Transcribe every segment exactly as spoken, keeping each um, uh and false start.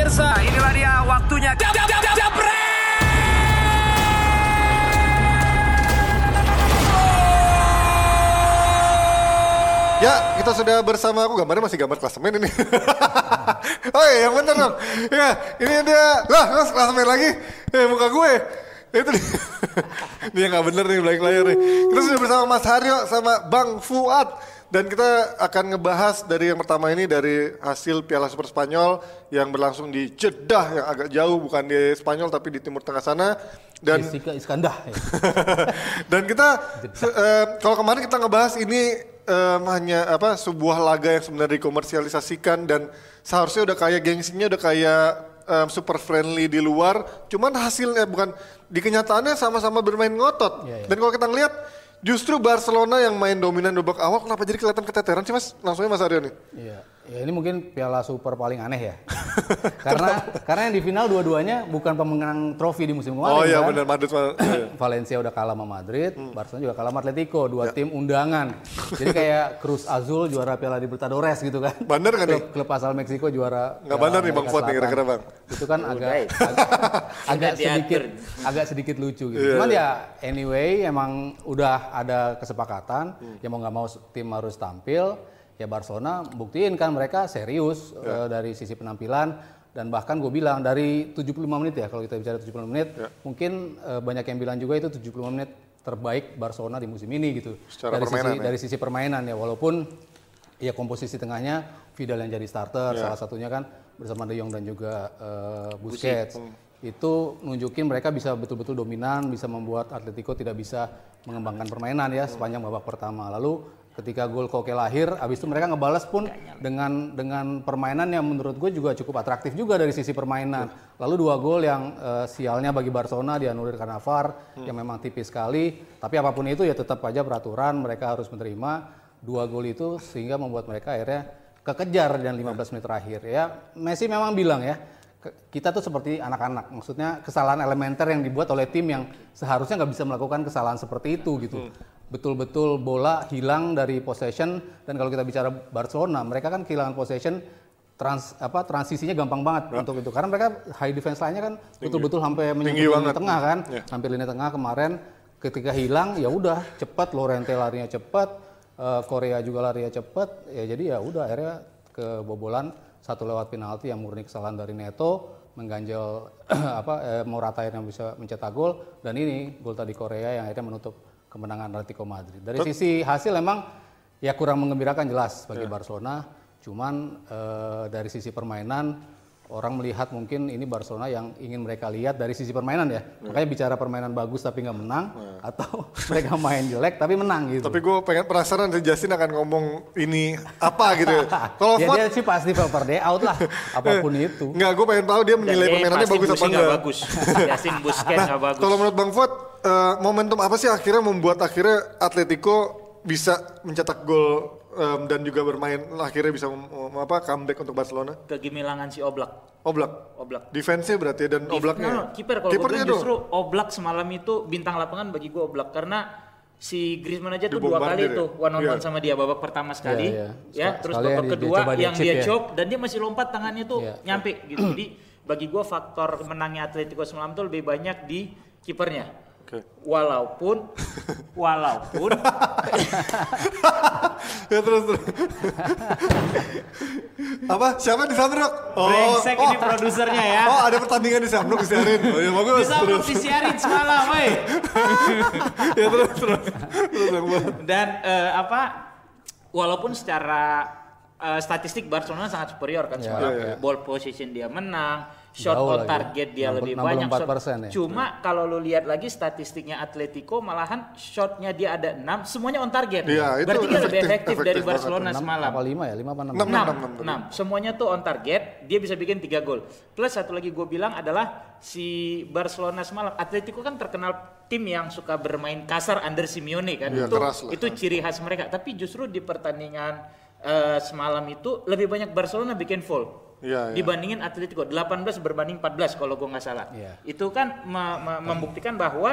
pemirsa, inilah dia waktunya. Jab, jab, jab, jab, Ya, kita sudah bersama, aku gambarnya masih gambar klasemen ini. Oh iya, yang bener dong. Ya, ini dia. Lah, terus klasemen lagi. Eh, muka gue. Itu dia. Dia nggak bener nih, balik layar nih. Kita sudah bersama Mas Haryo sama Bang Fuad. Dan kita akan ngebahas dari yang pertama ini dari hasil Piala Super Spanyol yang berlangsung di Jeddah yang agak jauh, bukan di Spanyol tapi di Timur Tengah sana. Dan Jessica Iskandah. Dan kita uh, kalau kemarin kita ngebahas ini Um, hanya apa sebuah laga yang sebenarnya dikomersialisasikan dan seharusnya udah kayak gengsinya udah kayak um, super friendly di luar, cuman hasilnya bukan di kenyataannya sama-sama bermain ngotot. Yeah, yeah. Dan kalau kita ngelihat justru Barcelona yang main dominan di babak awal, kenapa jadi kelihatan keteteran sih Mas? Langsungnya Mas Aryo nih. Iya. Ya ini mungkin Piala Super paling aneh ya. karena karena yang di final dua-duanya bukan pemenang trofi di musim kemarin. Oh iya kan? benar, Madrid. Valencia udah kalah sama Madrid, hmm. Barcelona juga kalah sama Atletico, dua ya. Tim undangan. Jadi kayak Cruz Azul juara Piala Libertadores gitu kan. Bener kan nih? Klub asal Meksiko juara. Nggak bener nih Bang Fuad nih kira-kira Bang. Itu kan agak agak, agak sedikit agak sedikit lucu gitu. Yeah. Cuman ya anyway emang udah ada kesepakatan, hmm. ya mau nggak mau tim harus tampil. Ya Barcelona buktiin kan mereka serius ya. uh, dari sisi penampilan dan bahkan gue bilang dari tujuh puluh lima menit ya kalau kita bicara tujuh puluh lima menit ya. Mungkin uh, banyak yang bilang juga itu tujuh puluh lima menit terbaik Barcelona di musim ini gitu. Secara dari sisi ya. dari sisi permainan ya walaupun ya komposisi tengahnya Vidal yang jadi starter ya. Salah satunya kan bersama De Jong dan juga uh, Busquets. Hmm. Itu nunjukin mereka bisa betul-betul dominan, bisa membuat Atletico tidak bisa mengembangkan permainan ya hmm. sepanjang babak pertama. Lalu ketika gol Koke lahir, abis itu mereka ngebalas pun dengan dengan permainan yang menurut gue juga cukup atraktif juga dari sisi permainan. Lalu dua gol yang uh, sialnya bagi Barcelona dianulir karena V A R hmm. yang memang tipis sekali. Tapi apapun itu ya tetap aja peraturan mereka harus menerima dua gol itu sehingga membuat mereka akhirnya kekejar dan lima belas menit terakhir. Ya Messi memang bilang ya kita tuh seperti anak-anak, maksudnya kesalahan elementer yang dibuat oleh tim yang seharusnya nggak bisa melakukan kesalahan seperti itu gitu. Hmm. Betul-betul bola hilang dari possession dan kalau kita bicara Barcelona, mereka kan kehilangan possession trans apa transisinya gampang banget ya. Untuk itu karena mereka high defense line-nya kan tinggi. Betul-betul sampai menyentuh lini tengah kan, ya. Hampir lini tengah kemarin ketika hilang ya udah cepat Lorente larinya cepat, uh, Korea juga larinya cepat, ya jadi ya udah akhirnya kebobolan satu lewat penalti yang murni kesalahan dari Neto mengganjal apa eh, Morata yang bisa mencetak gol dan ini gol tadi Korea yang akhirnya menutup kemenangan Atletico Madrid. Dari sisi hasil emang ya kurang menggembirakan jelas bagi yeah. Barcelona. Cuman eh, dari sisi permainan orang melihat mungkin ini Barcelona yang ingin mereka lihat dari sisi permainan ya. Yeah. Makanya bicara permainan bagus tapi nggak menang yeah. atau mereka main jelek tapi menang gitu. Tapi gue pengen penasaran si Justin akan ngomong ini apa gitu. Kalau ya dia sih pasti per day out lah apapun itu. Nggak, gue pengen tahu dia menilai permainannya bagus apa enggak. Bagus. Justin Busquets nggak nah, bagus. Kalau menurut Bang Fuad, uh, momentum apa sih akhirnya membuat akhirnya Atletico bisa mencetak gol Um, dan juga bermain akhirnya bisa um, apa comeback untuk Barcelona? Kegemilangan si Oblak. Oblak. Oblak. Defense-nya berarti dan Dif- Oblaknya. No, kiper kalau gue bilang justru Oblak semalam itu bintang lapangan bagi gue Oblak karena si Griezmann aja tuh dua kali ya? tuh one on one yeah. sama dia babak pertama sekali, yeah, yeah. ya terus babak yang kedua dia yang dia chop ya. Dan dia masih lompat tangannya tuh yeah. nyampe gitu. Jadi bagi gue faktor menangnya Atletico semalam tuh lebih banyak di kipernya. Okay. Walaupun, walaupun, ya terus terus. Apa? Siapa di Samrok? Oh, brengsek oh. Ini produsernya ya. Oh, ada pertandingan di Samrok disiarin. Oh ya bagus. Di Samrok disiarin semalam, woi. Ya terus terus. terus Dan uh, apa? Walaupun secara uh, statistik Barcelona sangat superior kan ya, semalam. ya, ya. Ball position dia menang. Shot on target dia lebih banyak. Ya. Cuma hmm. kalau lu lihat lagi statistiknya Atletico malahan shotnya dia ada enam, semuanya on target. Ya, berarti dia lebih efektif, efektif dari Barcelona enam, semalam. Apa lima ya? lima apa enam? enam. Semuanya tuh on target, dia bisa bikin tiga gol. Plus satu lagi gue bilang adalah si Barcelona semalam, Atletico kan terkenal tim yang suka bermain kasar under Simeone kan. Ya, itu lah. itu ciri khas mereka. Tapi justru di pertandingan uh, semalam itu lebih banyak Barcelona bikin foul. Ya, ya. Dibandingin Atletico delapan belas berbanding empat belas kalau gue nggak salah. Ya. Itu kan me- me- membuktikan bahwa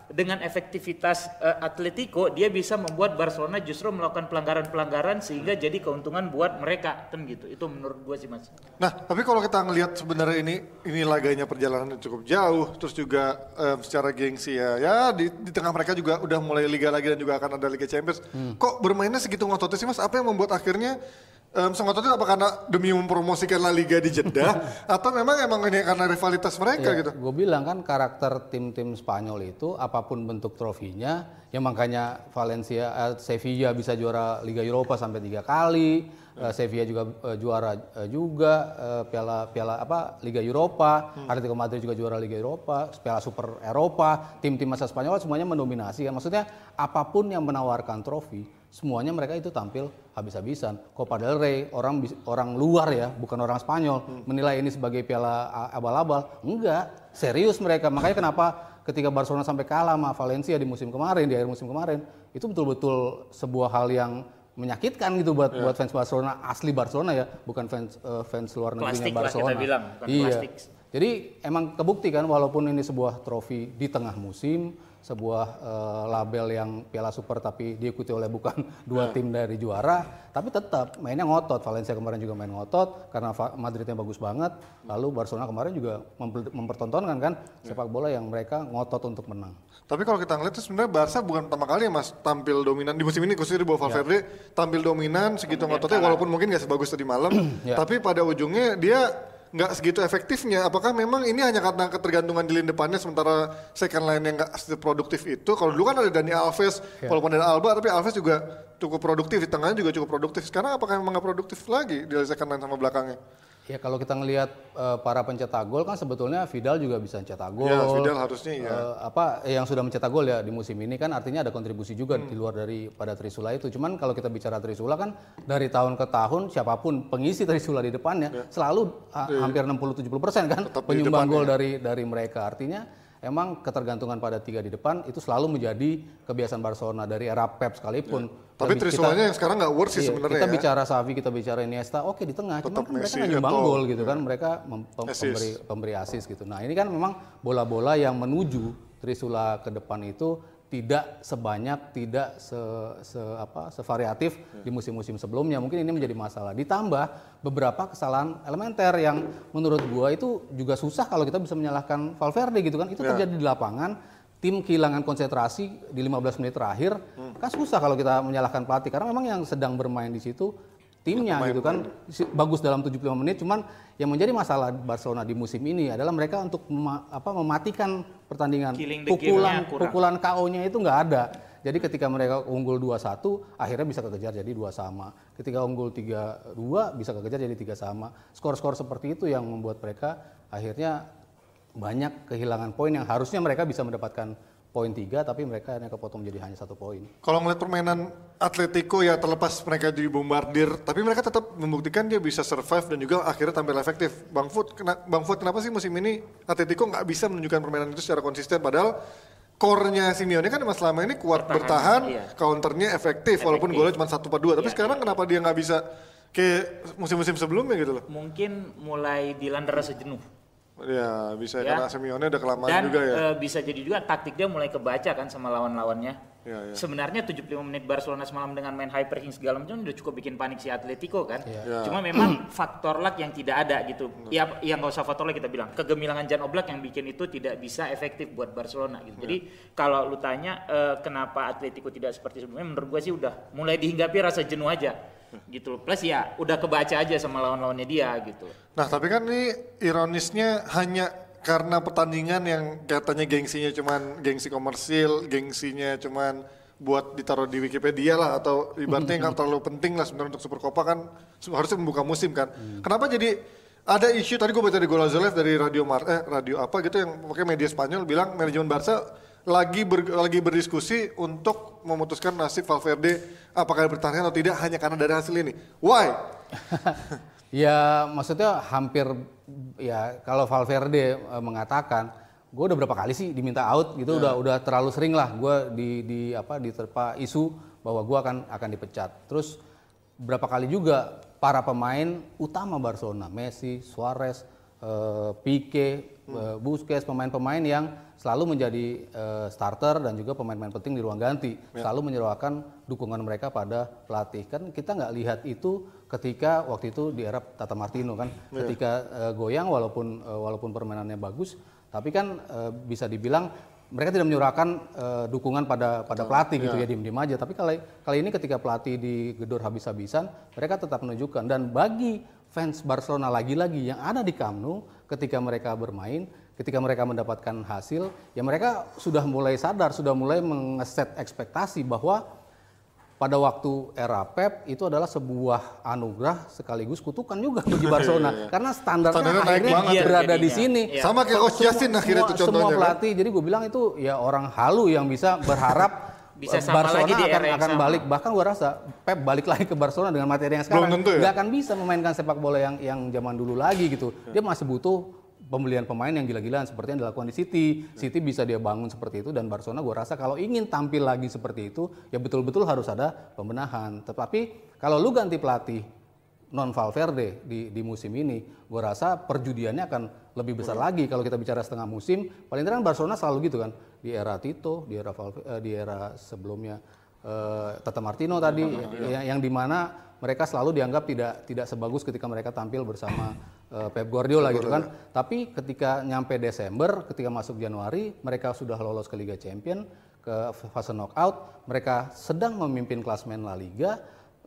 dengan efektivitas uh, Atletico dia bisa membuat Barcelona justru melakukan pelanggaran-pelanggaran sehingga jadi keuntungan buat mereka kan gitu. Itu menurut gue sih Mas. Nah, tapi kalau kita ngelihat sebenarnya ini ini laganya perjalanan cukup jauh, terus juga um, secara gengsi ya, ya di, di tengah mereka juga udah mulai liga lagi dan juga akan ada Liga Champions. Hmm. Kok bermainnya segitu ngototnya sih Mas? Apa yang membuat akhirnya Um, sengototnya apa karena demi mempromosikan La Liga di Jeddah atau memang emang ini karena rivalitas mereka ya, gitu? Gue bilang kan karakter tim-tim Spanyol itu apapun bentuk trofinya, ya makanya Valencia, eh, Sevilla bisa juara Liga Eropa sampai tiga kali, hmm. eh, Sevilla juga eh, juara eh, juga eh, piala piala apa Liga Eropa, hmm. Atletico Madrid juga juara Liga Eropa, piala Super Eropa, tim-tim masa Spanyol semuanya mendominasi kan. Maksudnya apapun yang menawarkan trofi semuanya mereka itu tampil habis-habisan. Copa del Rey orang orang luar ya, bukan orang Spanyol hmm. menilai ini sebagai piala abal-abal. Enggak, serius mereka. Makanya kenapa ketika Barcelona sampai kalah sama Valencia di musim kemarin, di akhir musim kemarin, itu betul-betul sebuah hal yang menyakitkan gitu buat yeah. buat fans Barcelona, asli Barcelona ya, bukan fans uh, fans luar negerinya Barcelona. Kita bilang, bukan iya. plastik. Jadi emang kebukti kan walaupun ini sebuah trofi di tengah musim, sebuah uh, label yang Piala Super tapi diikuti oleh bukan dua tim dari juara, tapi tetap mainnya ngotot. Valencia kemarin juga main ngotot karena Madridnya bagus banget. Lalu Barcelona kemarin juga memper- mempertontonkan kan sepak bola yang mereka ngotot untuk menang. Tapi kalau kita ngeliat itu sebenarnya Barca bukan pertama kali ya Mas tampil dominan di musim ini, khususnya di bawah Valverde ya. Tampil dominan segitu ngototnya walaupun mungkin nggak sebagus tadi malam, ya. Tapi pada ujungnya dia nggak segitu efektifnya. Apakah memang ini hanya karena ketergantungan di lini depannya sementara second line yang nggak seproduktif itu? Kalau dulu kan ada Dani Alves, ya. Walaupun ada Alba, tapi Alves juga cukup produktif, di tengahnya juga cukup produktif. Sekarang apakah memang nggak produktif lagi di second line sama belakangnya? Ya kalau kita ngelihat uh, para pencetak gol kan sebetulnya Vidal juga bisa mencetak gol. Ya Vidal harusnya ya. Uh, apa yang sudah mencetak gol ya di musim ini kan artinya ada kontribusi juga hmm. di luar dari pada Trisula itu. Cuman kalau kita bicara Trisula kan dari tahun ke tahun siapapun pengisi Trisula di depannya ya. Selalu uh, ya. hampir enam puluh sampai tujuh puluh persen kan tetap penyumbang gol dari dari mereka. Artinya emang ketergantungan pada tiga di depan itu selalu menjadi kebiasaan Barcelona dari era Pep sekalipun. Ya. Tapi Trisulanya yang sekarang nggak worth sih iya, sebenarnya. Kita ya. bicara Xavi, kita bicara Iniesta, oke di tengah. Cuma kan mereka nggak nyumbang gol gitu kan, mereka mem- pem- pemberi, pemberi asis gitu. Nah ini kan memang bola-bola yang menuju Trisula ke depan itu tidak sebanyak, tidak se, se apa sevariatif hmm. di musim-musim sebelumnya. Mungkin ini menjadi masalah. Ditambah beberapa kesalahan elementer yang menurut gua itu juga susah kalau kita bisa menyalahkan Valverde gitu kan. Itu ya. Terjadi di lapangan. Tim kehilangan konsentrasi di lima belas menit terakhir, hmm. kan susah kalau kita menyalahkan pelatih karena memang yang sedang bermain di situ timnya ya, gitu kan main. Bagus dalam tujuh puluh lima menit, cuman yang menjadi masalah Barcelona di musim ini adalah mereka untuk mema- apa, mematikan pertandingan, pukulan pukulan K O-nya itu nggak ada. Jadi ketika mereka unggul dua satu akhirnya bisa kekejar jadi dua sama. Ketika unggul tiga dua bisa kekejar jadi tiga sama. Skor-skor seperti itu yang membuat mereka akhirnya banyak kehilangan poin yang harusnya mereka bisa mendapatkan poin tiga tapi mereka hanya kepotong menjadi hanya satu poin. Kalau ngeliat permainan Atletico ya terlepas mereka dibombardir tapi mereka tetap membuktikan dia bisa survive dan juga akhirnya tampil efektif. Bang Food, kena, Bang Food kenapa sih musim ini Atletico nggak bisa menunjukkan permainan itu secara konsisten padahal core-nya Simeone kan selama ini kuat bertahan, bertahan iya. counternya efektif, efektif walaupun golnya cuma satu per dua tapi iya, sekarang iya. Kenapa dia nggak bisa kayak musim-musim sebelumnya gitu loh? Mungkin mulai dilanda rasa jenuh. Ya bisa ya. Karena Simeone udah kelamaan dan, juga ya. Dan e, bisa jadi juga taktik dia mulai kebaca kan sama lawan-lawannya. Ya, ya. Sebenarnya tujuh puluh lima menit Barcelona semalam dengan main hyperking segala macam udah cukup bikin panik si Atletico kan. Ya. Ya. Cuma memang faktor luck yang tidak ada gitu. Hmm. Ya yang nggak usah faktor luck kita bilang. Kegemilangan Jan Oblak yang bikin itu tidak bisa efektif buat Barcelona gitu. Ya. Jadi kalau lu tanya e, kenapa Atletico tidak seperti sebelumnya, menurut gua sih udah mulai dihinggapi rasa jenuh aja. Gitu plus ya udah kebaca aja sama lawan-lawannya dia gitu. Nah tapi kan ini ironisnya hanya karena pertandingan yang katanya gengsinya cuman gengsi komersil, gengsinya cuman buat ditaruh di Wikipedia lah atau ibaratnya nggak terlalu penting lah sebenarnya untuk Super Copa kan harusnya membuka musim kan. Hmm. Kenapa jadi ada isu tadi gue baca di Golazolev dari radio Mar eh radio apa gitu yang pakai media Spanyol bilang manajemen Barca lagi ber, lagi berdiskusi untuk memutuskan nasib Valverde apakah bertahan atau tidak hanya karena dari hasil ini. Why? Ya maksudnya hampir ya kalau Valverde e, mengatakan gue udah berapa kali sih diminta out gitu ya. udah udah terlalu sering lah gue di di apa diterpa isu bahwa gue akan akan dipecat. Terus berapa kali juga para pemain utama Barcelona, Messi, Suarez, uh, Pique, hmm. Busquets, pemain-pemain yang selalu menjadi uh, starter dan juga pemain-pemain penting di ruang ganti, ya. Selalu menyerahkan dukungan mereka pada pelatih. Kan kita nggak lihat itu ketika waktu itu di era Tata Martino kan, ya. Ketika uh, goyang walaupun uh, walaupun permainannya bagus, tapi kan uh, bisa dibilang mereka tidak menyurahkan uh, dukungan pada pada pelatih, ya. Gitu ya, diem-diem aja. Tapi kali kali ini ketika pelatih digedor habis-habisan, mereka tetap menunjukkan. Dan bagi fans Barcelona lagi-lagi yang ada di Camp Nou ketika mereka bermain, ketika mereka mendapatkan hasil, ya mereka sudah mulai sadar, sudah mulai mengeset ekspektasi bahwa pada waktu era Pep itu adalah sebuah anugerah sekaligus kutukan juga bagi Barcelona. Karena standarnya, standarnya akhirnya banget, berada ya. di sini. Ya. Sama kayak Coach Justin akhirnya itu contohnya. Semua pelatih, kan? Jadi gue bilang itu ya orang halu yang bisa berharap bisa Barcelona lagi akan, akan balik. Bahkan gue rasa Pep balik lagi ke Barcelona dengan materi yang sekarang. Ya? Gak akan bisa memainkan sepak bola yang yang zaman dulu lagi gitu. Dia masih butuh pembelian pemain yang gila-gilaan seperti yang dilakukan di City. City bisa dia bangun seperti itu, dan Barcelona gue rasa kalau ingin tampil lagi seperti itu ya betul-betul harus ada pembenahan. Tetapi kalau lu ganti pelatih non Valverde di di musim ini, gue rasa perjudiannya akan lebih besar lagi. Kalau kita bicara setengah musim, paling tidak Barcelona selalu gitu kan, di era Tito, di era Valverde, di era sebelumnya uh, Tata Martino tadi, yang, yang dimana mereka selalu dianggap tidak tidak sebagus ketika mereka tampil bersama uh, Pep Guardiola gitu kan. Tapi ketika nyampe Desember, ketika masuk Januari, mereka sudah lolos ke Liga Champions, ke fase knockout, mereka sedang memimpin klasemen La Liga.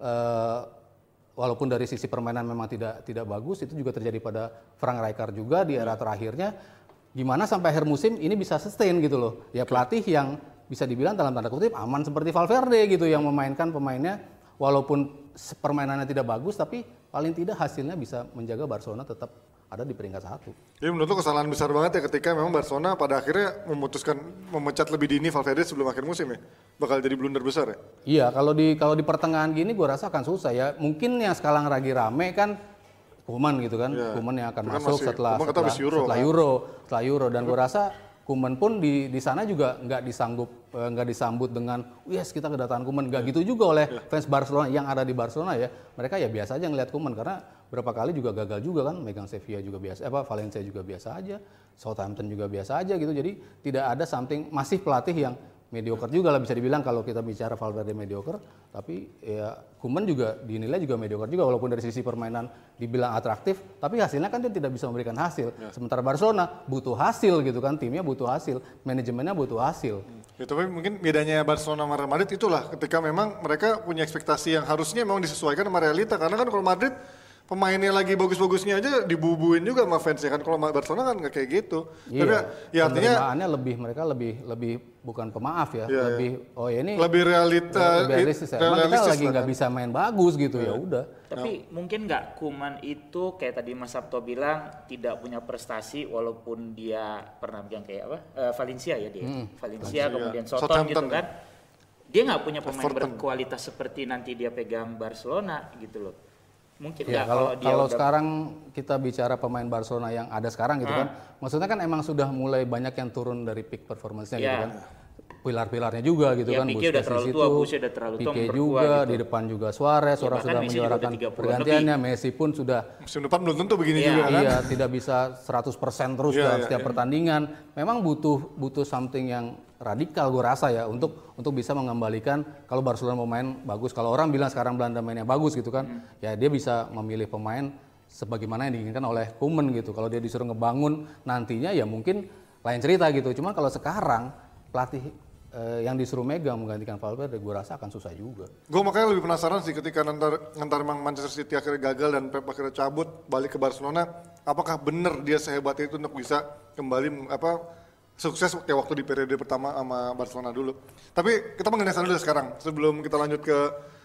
Uh, walaupun dari sisi permainan memang tidak tidak bagus, itu juga terjadi pada Frank Rijkaard juga di era terakhirnya. Gimana sampai akhir musim ini bisa sustain gitu loh. Ya pelatih yang bisa dibilang dalam tanda kutip aman seperti Valverde gitu, yang memainkan pemainnya walaupun permainannya tidak bagus, tapi paling tidak hasilnya bisa menjaga Barcelona tetap ada di peringkat satu. Jadi menurut lu kesalahan besar banget ya ketika memang Barcelona pada akhirnya memutuskan memecat lebih dini Valverde sebelum akhir musim ya? Bakal jadi blunder besar ya? Iya, kalau di kalau di pertengahan gini gue rasa akan susah ya. Mungkin yang sekarang lagi rame kan Koeman gitu kan, ya. Koeman yang akan kan masuk masih, setelah setelah Euro, setelah, kan? Euro, setelah Euro, dan gue rasa Koeman pun di di sana juga nggak disanggup nggak disambut dengan yes kita kedatangan Koeman, nggak gitu juga oleh yeah. fans Barcelona yang ada di Barcelona ya. Mereka ya biasa aja ngelihat Koeman karena berapa kali juga gagal juga kan, megang Sevilla juga biasa, apa Valencia juga biasa aja, Southampton juga biasa aja gitu. Jadi tidak ada something, masih pelatih yang mediocre juga lah bisa dibilang kalau kita bicara Valverde mediocre, tapi ya Koeman juga dinilai juga mediocre juga walaupun dari sisi permainan dibilang atraktif, tapi hasilnya kan dia tidak bisa memberikan hasil. Ya. Sementara Barcelona butuh hasil gitu kan, timnya butuh hasil, manajemennya butuh hasil. Ya, tapi mungkin bedanya Barcelona sama Real Madrid itulah ketika memang mereka punya ekspektasi yang harusnya memang disesuaikan sama realita, karena kan kalau Madrid pemainnya lagi bagus-bagusnya aja dibubuin juga sama fans ya kan. Kalau Barcelona kan nggak kayak gitu. Iya. Tapi ya artinya penerimaannya lebih, mereka lebih lebih bukan pemaaf ya, iya, lebih iya. oh ya ini lebih realita, lebih realistis ya. Emang kita lagi nggak kan bisa main bagus gitu iya. ya udah. Tapi nah. mungkin nggak Koeman itu kayak tadi Mas Sabto bilang tidak punya prestasi walaupun dia pernah bilang kayak apa uh, Valencia ya dia, hmm. Valencia, Valencia kemudian Soton gitu kan. Dia nggak punya pemain Everton. Berkualitas seperti nanti dia pegang Barcelona gitu loh. Mungkin ya, kalau kalau, kalau udah... sekarang kita bicara pemain Barcelona yang ada sekarang gitu hmm. kan, maksudnya kan emang sudah mulai banyak yang turun dari peak performance-nya ya. gitu kan, pilar-pilarnya juga gitu ya, kan, Pique udah terlalu tua, Busquets udah terlalu tua, Pique juga gitu. Di depan juga Suarez, ya, orang sudah menyuarakan pergantiannya, Messi pun sudah musim depan belum tentu begini ya, juga kan, iya tidak bisa seratus persen terus ya, dalam ya, setiap ya. pertandingan, memang butuh butuh something yang radikal gue rasa ya untuk untuk bisa mengembalikan kalau Barcelona mau main bagus. Kalau orang bilang sekarang Belanda mainnya bagus gitu kan, hmm. ya dia bisa memilih pemain sebagaimana yang diinginkan oleh Koeman gitu. Kalau dia disuruh ngebangun nantinya ya mungkin lain cerita gitu. Cuman kalau sekarang pelatih eh, yang disuruh megang menggantikan Valverde, gue rasa akan susah juga. Gue makanya lebih penasaran sih ketika nanti nanti memang Manchester City akhirnya gagal dan Pep akhirnya cabut balik ke Barcelona, apakah benar dia sehebat itu untuk bisa kembali apa sukses kayak waktu di periode pertama sama Barcelona dulu. Tapi kita mengenai dulu sekarang sebelum kita lanjut ke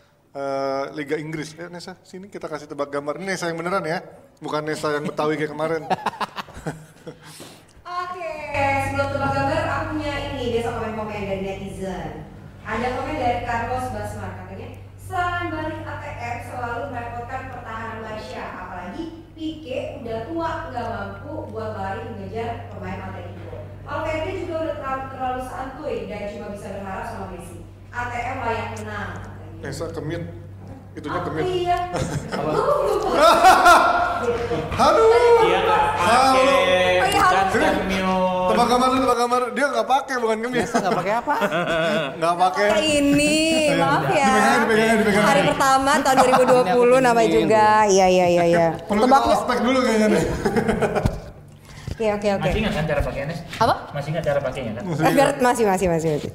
uh, Liga Inggris. Ya Nesa, sini kita kasih tebak gambar. Ini Nesa yang beneran ya, bukan Nesa yang Betawi kayak kemarin. Oke, sebelum tebak gambar aku punya ini biasa komen-komen dari netizen. Ada komen dari Carlos Basmar katanya, serangan balik A T M selalu merepotkan pertahanan Malaysia, apalagi Pique udah tua nggak mampu buat lari mengejar pemain Atletico. Valverde juga udah terlalu, terlalu santuy dan cuma bisa berharap sama Messi. A T M layak menang. Nesa kemit, itunya kemit. Iya. Aduh. Dia nggak. gambar dulu, tebak gambar. Dia nggak pakai bukan kemis. Biasa nggak pakai apa? Nggak pakai. Ini, maaf ya. Dipegang, dipegang, dipegang. Hari pertama tahun dua ribu dua puluh namanya juga. Iya, iya, iya, iya. Perlu kita ospek dulu kayaknya nih. Oke, oke, oke. Masih nggak kan cara pakainya? Apa? Masih nggak cara pakainya kan? Masih, masih, masih, masih.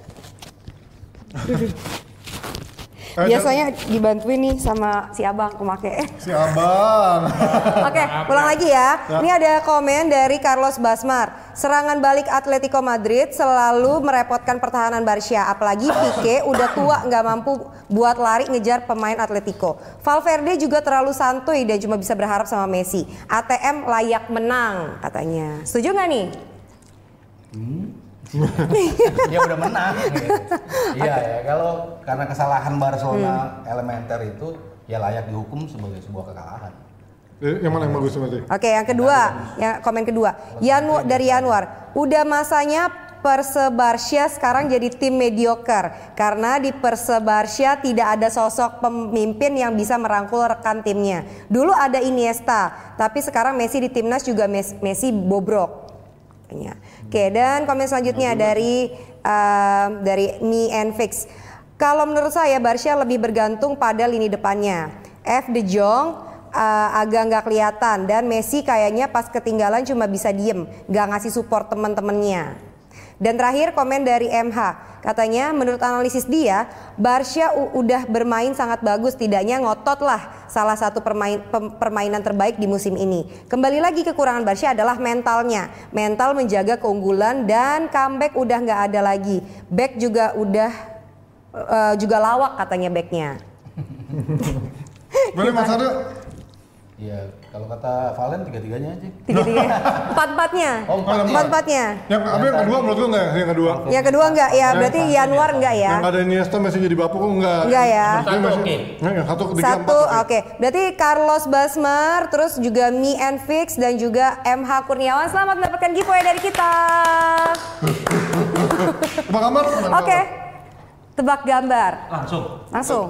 Biasanya dibantuin nih sama si abang pemakai. Si abang. Oke, ulang lagi ya. Ini ada komen dari Carlos Basmar. Serangan balik Atletico Madrid selalu merepotkan pertahanan Barca. Apalagi Pique udah tua nggak mampu buat lari ngejar pemain Atletico. Valverde juga terlalu santuy dan cuma bisa berharap sama Messi. A T M layak menang katanya. Setuju nggak nih? Hmm. Dia udah menang. Gitu. Iya okay. Ya, kalau karena kesalahan Barcelona hmm. elementer itu ya layak dihukum sebagai sebuah kekalahan. Eh, yang mana yang bagus berarti? Oke, okay, yang kedua, yang komen kedua. Yanu dari Yanuar, udah masanya Persebarsia sekarang jadi tim mediocre karena di Persebarsia tidak ada sosok pemimpin yang bisa merangkul rekan timnya. Dulu ada Iniesta, tapi sekarang Messi di timnas juga Messi bobrok. Oke, dan komen selanjutnya dari uh, dari Me and Fix. Kalau menurut saya Barca lebih bergantung pada lini depannya. F De Jong uh, agak nggak kelihatan dan Messi kayaknya pas ketinggalan cuma bisa diem, nggak ngasih support teman-temannya. Dan terakhir komen dari M H, katanya menurut analisis dia Barca udah bermain sangat bagus, tidaknya ngotot lah salah satu permain, pem, permainan terbaik di musim ini. Kembali lagi kekurangan Barca adalah mentalnya, mental menjaga keunggulan dan comeback udah nggak ada lagi. Back juga udah uh, juga lawak katanya backnya. Boleh Mas Ado? Iya, kalau kata Valen tiga-tiganya aja. Tiga-tiganya. Empat-empatnya. Oh, empat-empanya. Yang apa yang kedua menurut lu enggak ya? Yang kedua. Yang kedua enggak ya, berarti Januar enggak ya? Yang ada Iniesta masih jadi bapuk enggak? Enggak ya. Satu oke. Nah, yang satu ketiga Satu oke. Berarti Carlos Basmar, terus juga Me and Fix dan juga M H Kurniawan selamat mendapatkan giveaway dari kita. Tebak gambar? Oke. Tebak gambar. Langsung. Langsung.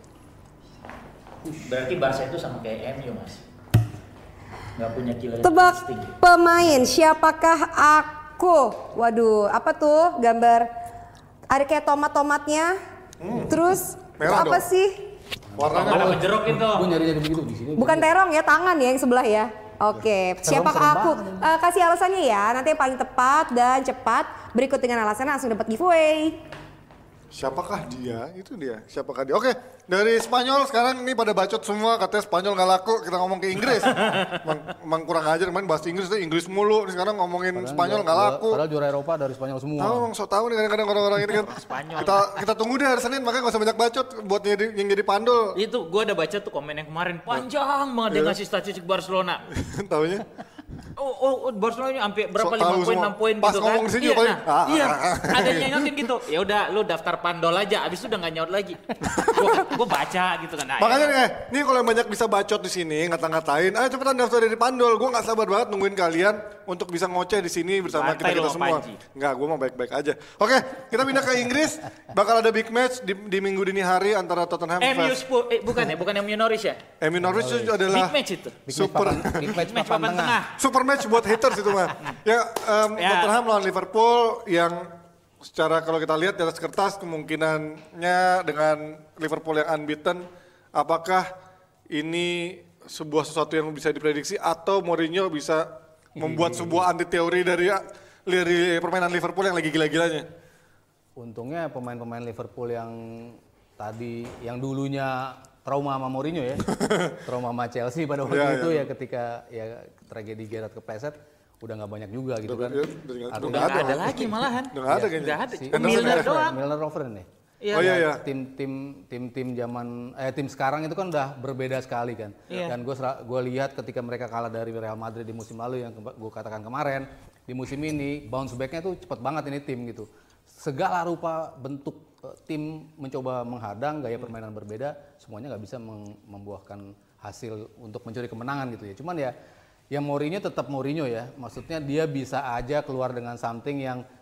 Berarti Barca itu sama kayak M U Mas. Nggak punya killer. Tebak pemain, siapakah aku? Waduh, apa tuh gambar? Ada kayak tomat-tomatnya. Hmm. Terus merah apa dong. sih? Warnanya mana menjeruk itu. Gue nyari-nyari begitu di sini. Bukan terong ya, tangan ya yang sebelah ya. Oke, okay. Siapakah aku? Uh, kasih alasannya ya. Nanti yang paling tepat dan cepat berikut dengan alasannya langsung dapat giveaway. Siapakah dia? Itu dia. Siapakah dia? Oke, dari Spanyol sekarang ini pada bacot semua katanya Spanyol nggak laku. Kita ngomong ke Inggris. Emang, emang kurang ajar kemarin bahas Inggris tuh Inggris mulu. Sekarang ngomongin padahal Spanyol nggak laku. Padahal juara Eropa dari Spanyol semua. Tahu, so tahu nih kadang-kadang orang-orang ini kan. kita kita tunggu deh hari Senin, makanya nggak usah banyak bacot buat yang jadi, yang jadi pandol. Itu gue ada baca tuh komen yang kemarin panjang banget dia ngasih statistik Barcelona. Taunya? Oh, oh, oh Barcelona ini sampai berapa So, lima poin enam poin gitu kan. Pas ngomong sini iya, paling nah, ah, iya. ah, ah. Ada yang nyautin gitu. Ya udah lu daftar pandol aja abis itu udah enggak nyaut lagi. Gua, gua baca gitu kan. Nah, makanya ya. nih, nih kalau yang banyak bisa bacot di sini ngata-ngatain, ayo cepetan daftar dari pandol. Gua nggak sabar banget nungguin kalian untuk bisa ngoceh di sini bersama kita kita semua. Panji. Nggak, gua mau baik-baik aja. Oke, kita pindah ke Inggris. Bakal ada big match di, di minggu dini hari antara Tottenham M U Spurs, eh, bukan ya, bukan M U Norwich ya? M U Norwich itu adalah big match itu. Super big match match papan tengah. Super match buat haters itu mah. Ya, um, ya, Tottenham lawan Liverpool yang secara kalau kita lihat di atas kertas kemungkinannya dengan Liverpool yang unbeaten, apakah ini sebuah sesuatu yang bisa diprediksi atau Mourinho bisa membuat sebuah anti teori dari dari permainan Liverpool yang lagi gila-gilanya? Untungnya pemain-pemain Liverpool yang tadi yang dulunya trauma sama Mourinho ya, trauma sama Chelsea pada waktu ya, itu ya. ya ketika ya tragedi Gerrard kepleset udah nggak banyak juga gitu kan. Udah nggak ada, ada lagi malahan. Udah nggak ada kayaknya. Nggak ada. Si Milner doang. Milner Rover nih. Iya. Oh iya iya. Tim-tim tim-tim zaman eh tim sekarang itu kan udah berbeda sekali kan. Iya. Dan gue gue lihat ketika mereka kalah dari Real Madrid di musim lalu yang gue katakan kemarin, di musim ini bounce back-nya tuh cepet banget ini tim gitu. Segala rupa bentuk uh, tim mencoba menghadang, gaya permainan berbeda, semuanya nggak bisa membuahkan hasil untuk mencuri kemenangan gitu ya. Cuman ya, ya Mourinho tetap Mourinho ya. Maksudnya dia bisa aja keluar dengan something yang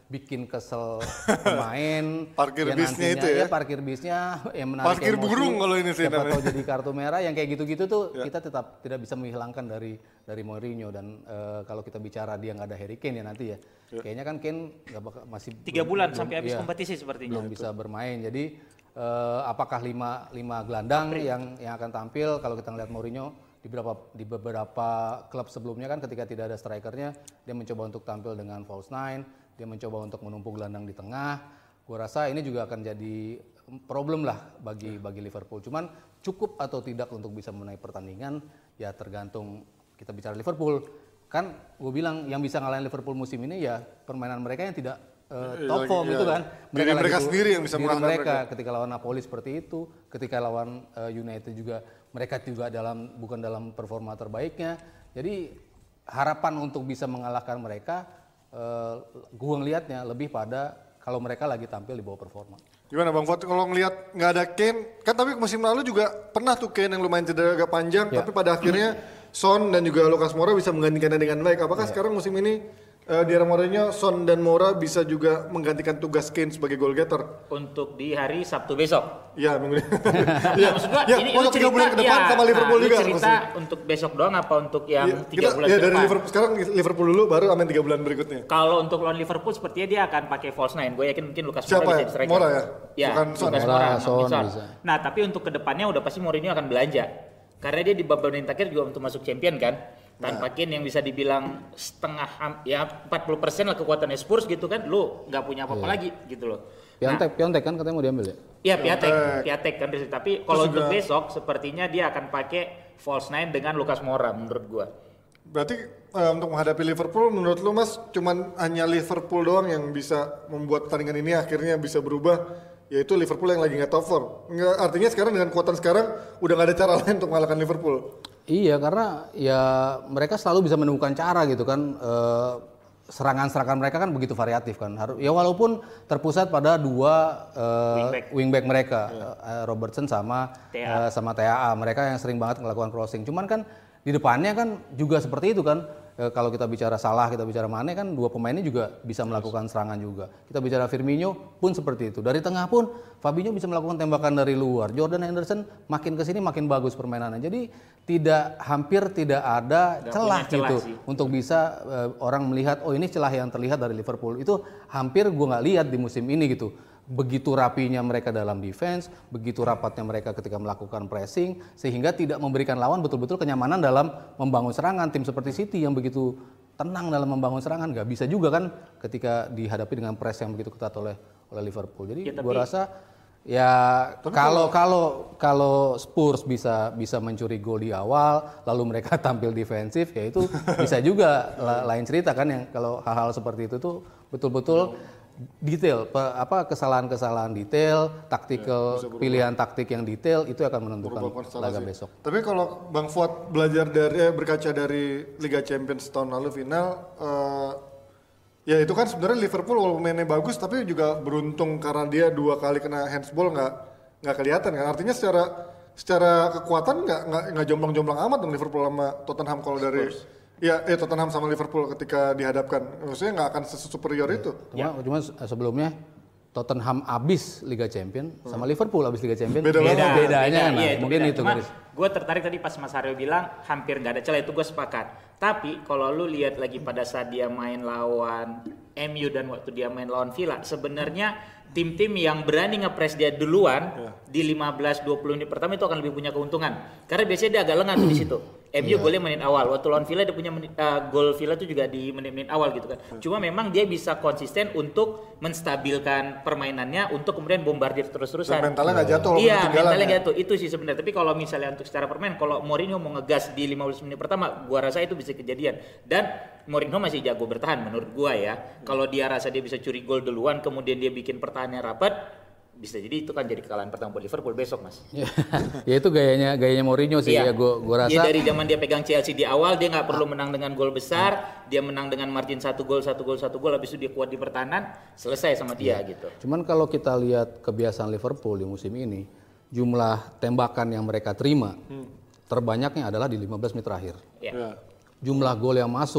bikin kesel pemain. Parkir ya bisnya itu ya? Ya parkir bisnya yang menarik parkir emosi. burung kalau ini sih siapa tahu jadi kartu merah yang kayak gitu-gitu tuh ya. Kita tetap tidak bisa menghilangkan dari dari Mourinho dan uh, kalau kita bicara dia nggak ada Harry Kane ya nanti ya. ya. Kayaknya kan Kane nggak bakal masih tiga bulan belum, sampai habis ya, kompetisi sepertinya. Belum bisa bermain. Jadi uh, apakah lima lima gelandang April. yang yang akan tampil kalau kita ngeliat Mourinho di beberapa di beberapa klub sebelumnya kan ketika tidak ada strikernya dia mencoba untuk tampil dengan false nine, dia mencoba untuk menumpuk gelandang di tengah. Gue rasa ini juga akan jadi problem lah bagi bagi Liverpool. Cuman cukup atau tidak untuk bisa memenangi pertandingan ya tergantung kita bicara Liverpool. Kan gue bilang yang bisa ngalahin Liverpool musim ini ya permainan mereka yang tidak uh, top form ya, itu kan. Mereka, mereka itu, sendiri yang bisa mengalahkan mereka. mereka. Ketika lawan Napoli seperti itu, ketika lawan uh, United juga mereka juga dalam bukan dalam performa terbaiknya. Jadi harapan untuk bisa mengalahkan mereka uh, gue ngelihatnya lebih pada kalau mereka lagi tampil di bawah performa. Gimana Bang Fuad, kalau ngelihat nggak ada Kane, kan tapi musim lalu juga pernah tuh Kane yang lumayan cedera agak panjang, ya. Tapi pada akhirnya Son dan juga Lucas Moura bisa menggantikannya dengan baik. Apakah ya. sekarang musim ini uh, di era Mourinho Son dan Moura bisa juga menggantikan tugas Kane sebagai goal getter? Untuk di hari Sabtu besok? Iya, minggu ini. Ya, maksud gua, ya, ini untuk tiga bulan ke depan ya, sama Liverpool nah, juga. cerita maksudnya. Untuk besok doang apa untuk yang ya, tiga kita, bulan ya, ke dari depan? Liverpool, sekarang Liverpool dulu baru aman tiga bulan berikutnya. Kalau untuk lawan Liverpool sepertinya dia akan pakai false nine. Gue yakin mungkin Lucas Moura bisa ya? striker. Moura ya? Ya, bukan Son. Lucas Moura, Moura, Son, Son. bisa. Nah, tapi untuk kedepannya udah pasti Mourinho akan belanja. Karena dia di babak menit akhir juga untuk masuk champion kan. Tanpa nah. Kane yang bisa dibilang setengah, ya empat puluh persen lah kekuatannya Spurs gitu kan. Lu nggak punya apa-apa yeah. lagi gitu loh. Piontek, nah, Piontek kan katanya mau diambil ya? Iya, Piontek, Piontek kan. Tapi kalau untuk juga besok sepertinya dia akan pakai false nine dengan Lucas Moura menurut gua. Berarti uh, untuk menghadapi Liverpool menurut lu Mas cuman hanya Liverpool doang yang bisa membuat pertandingan ini akhirnya bisa berubah, yaitu Liverpool yang lagi nggak top form. Nggak, artinya sekarang dengan kekuatan sekarang udah nggak ada cara lain untuk mengalahkan Liverpool. Iya, karena ya mereka selalu bisa menemukan cara gitu kan. Uh, serangan-serangan mereka kan begitu variatif kan. Ya walaupun terpusat pada dua uh, wingback. wingback mereka, yeah. uh, Robertson sama T A. Uh, sama T A A. Mereka yang sering banget melakukan crossing. Cuman kan di depannya kan juga seperti itu kan. E, kalau kita bicara Salah, kita bicara Mane kan dua pemain ini juga bisa melakukan serangan juga. Kita bicara Firmino pun seperti itu. Dari tengah pun Fabinho bisa melakukan tembakan dari luar. Jordan Henderson makin kesini makin bagus permainannya. Jadi tidak hampir tidak ada Gak celah gitu sih. Untuk bisa e, orang melihat oh ini celah yang terlihat dari Liverpool. Itu hampir gue nggak lihat di musim ini gitu. Begitu rapinya mereka dalam defense, begitu rapatnya mereka ketika melakukan pressing, sehingga tidak memberikan lawan betul-betul kenyamanan dalam membangun serangan. Tim seperti City yang begitu tenang dalam membangun serangan, nggak bisa juga kan ketika dihadapi dengan press yang begitu ketat oleh oleh Liverpool. Jadi ya, tapi... gue rasa ya kalau kalau kalau Spurs bisa bisa mencuri gol di awal, lalu mereka tampil defensif, ya itu bisa juga lain cerita kan yang kalau hal-hal seperti itu tuh betul-betul detail, apa kesalahan-kesalahan detail, taktikal ya, pilihan taktik yang detail itu akan menentukan laga besok. Tapi kalau Bang Fuad belajar dari eh, berkaca dari Liga Champions tahun lalu final, uh, ya itu kan sebenarnya Liverpool walaupun mainnya bagus tapi juga beruntung karena dia dua kali kena handsball nggak nggak kelihatan kan. Artinya secara secara kekuatan nggak nggak nggak jomplang-jomplang amat dong Liverpool sama Tottenham kalau dari Spurs. Ya, eh Tottenham sama Liverpool ketika dihadapkan, maksudnya nggak akan superior ya, itu. Cuma, ya. cuma sebelumnya Tottenham abis Liga Champion hmm. sama Liverpool abis Liga Champion. Beda, beda bedanya kan, iya, mungkin beda. itu. Gue tertarik tadi pas Mas Aryo bilang hampir nggak ada celah, itu gue sepakat. Tapi kalau lu lihat lagi pada saat dia main lawan M U dan waktu dia main lawan Villa, sebenarnya tim-tim yang berani nge-press dia duluan yeah. di lima belas dua puluh menit pertama itu akan lebih punya keuntungan. Karena biasanya dia agak lengah tuh di situ. M U yeah. golnya menit awal. Waktu lawan Villa dia punya menit, uh, gol Villa itu juga di menit-menit awal gitu kan. Yeah. Cuma memang dia bisa konsisten untuk menstabilkan permainannya untuk kemudian bombardir terus-terusan. Dan mentalnya nggak jatuh. Iya, mentalnya nggak jatuh. Itu sih sebenarnya. Tapi kalau misalnya untuk secara permain, kalau Mourinho mau ngegas di lima belas menit pertama, gua rasa itu bisa kejadian. Dan Mourinho masih jago bertahan menurut gua ya. Hmm. Kalau dia rasa dia bisa curi gol duluan, kemudian dia bikin pertahanannya rapat, bisa jadi itu kan jadi kekalahan pertama buat Liverpool besok Mas. Ya itu gayanya gayanya Mourinho sih iya. ya gua gua rasa. Dia dari zaman dia pegang Chelsea di awal dia nggak perlu menang dengan gol besar, hmm. dia menang dengan margin satu gol satu gol satu gol, habis itu dia kuat di pertahanan, selesai sama dia ya. gitu. Cuman kalau kita lihat kebiasaan Liverpool di musim ini, jumlah tembakan yang mereka terima hmm. terbanyaknya adalah di lima belas menit terakhir. Ya. Jumlah gol yang masuk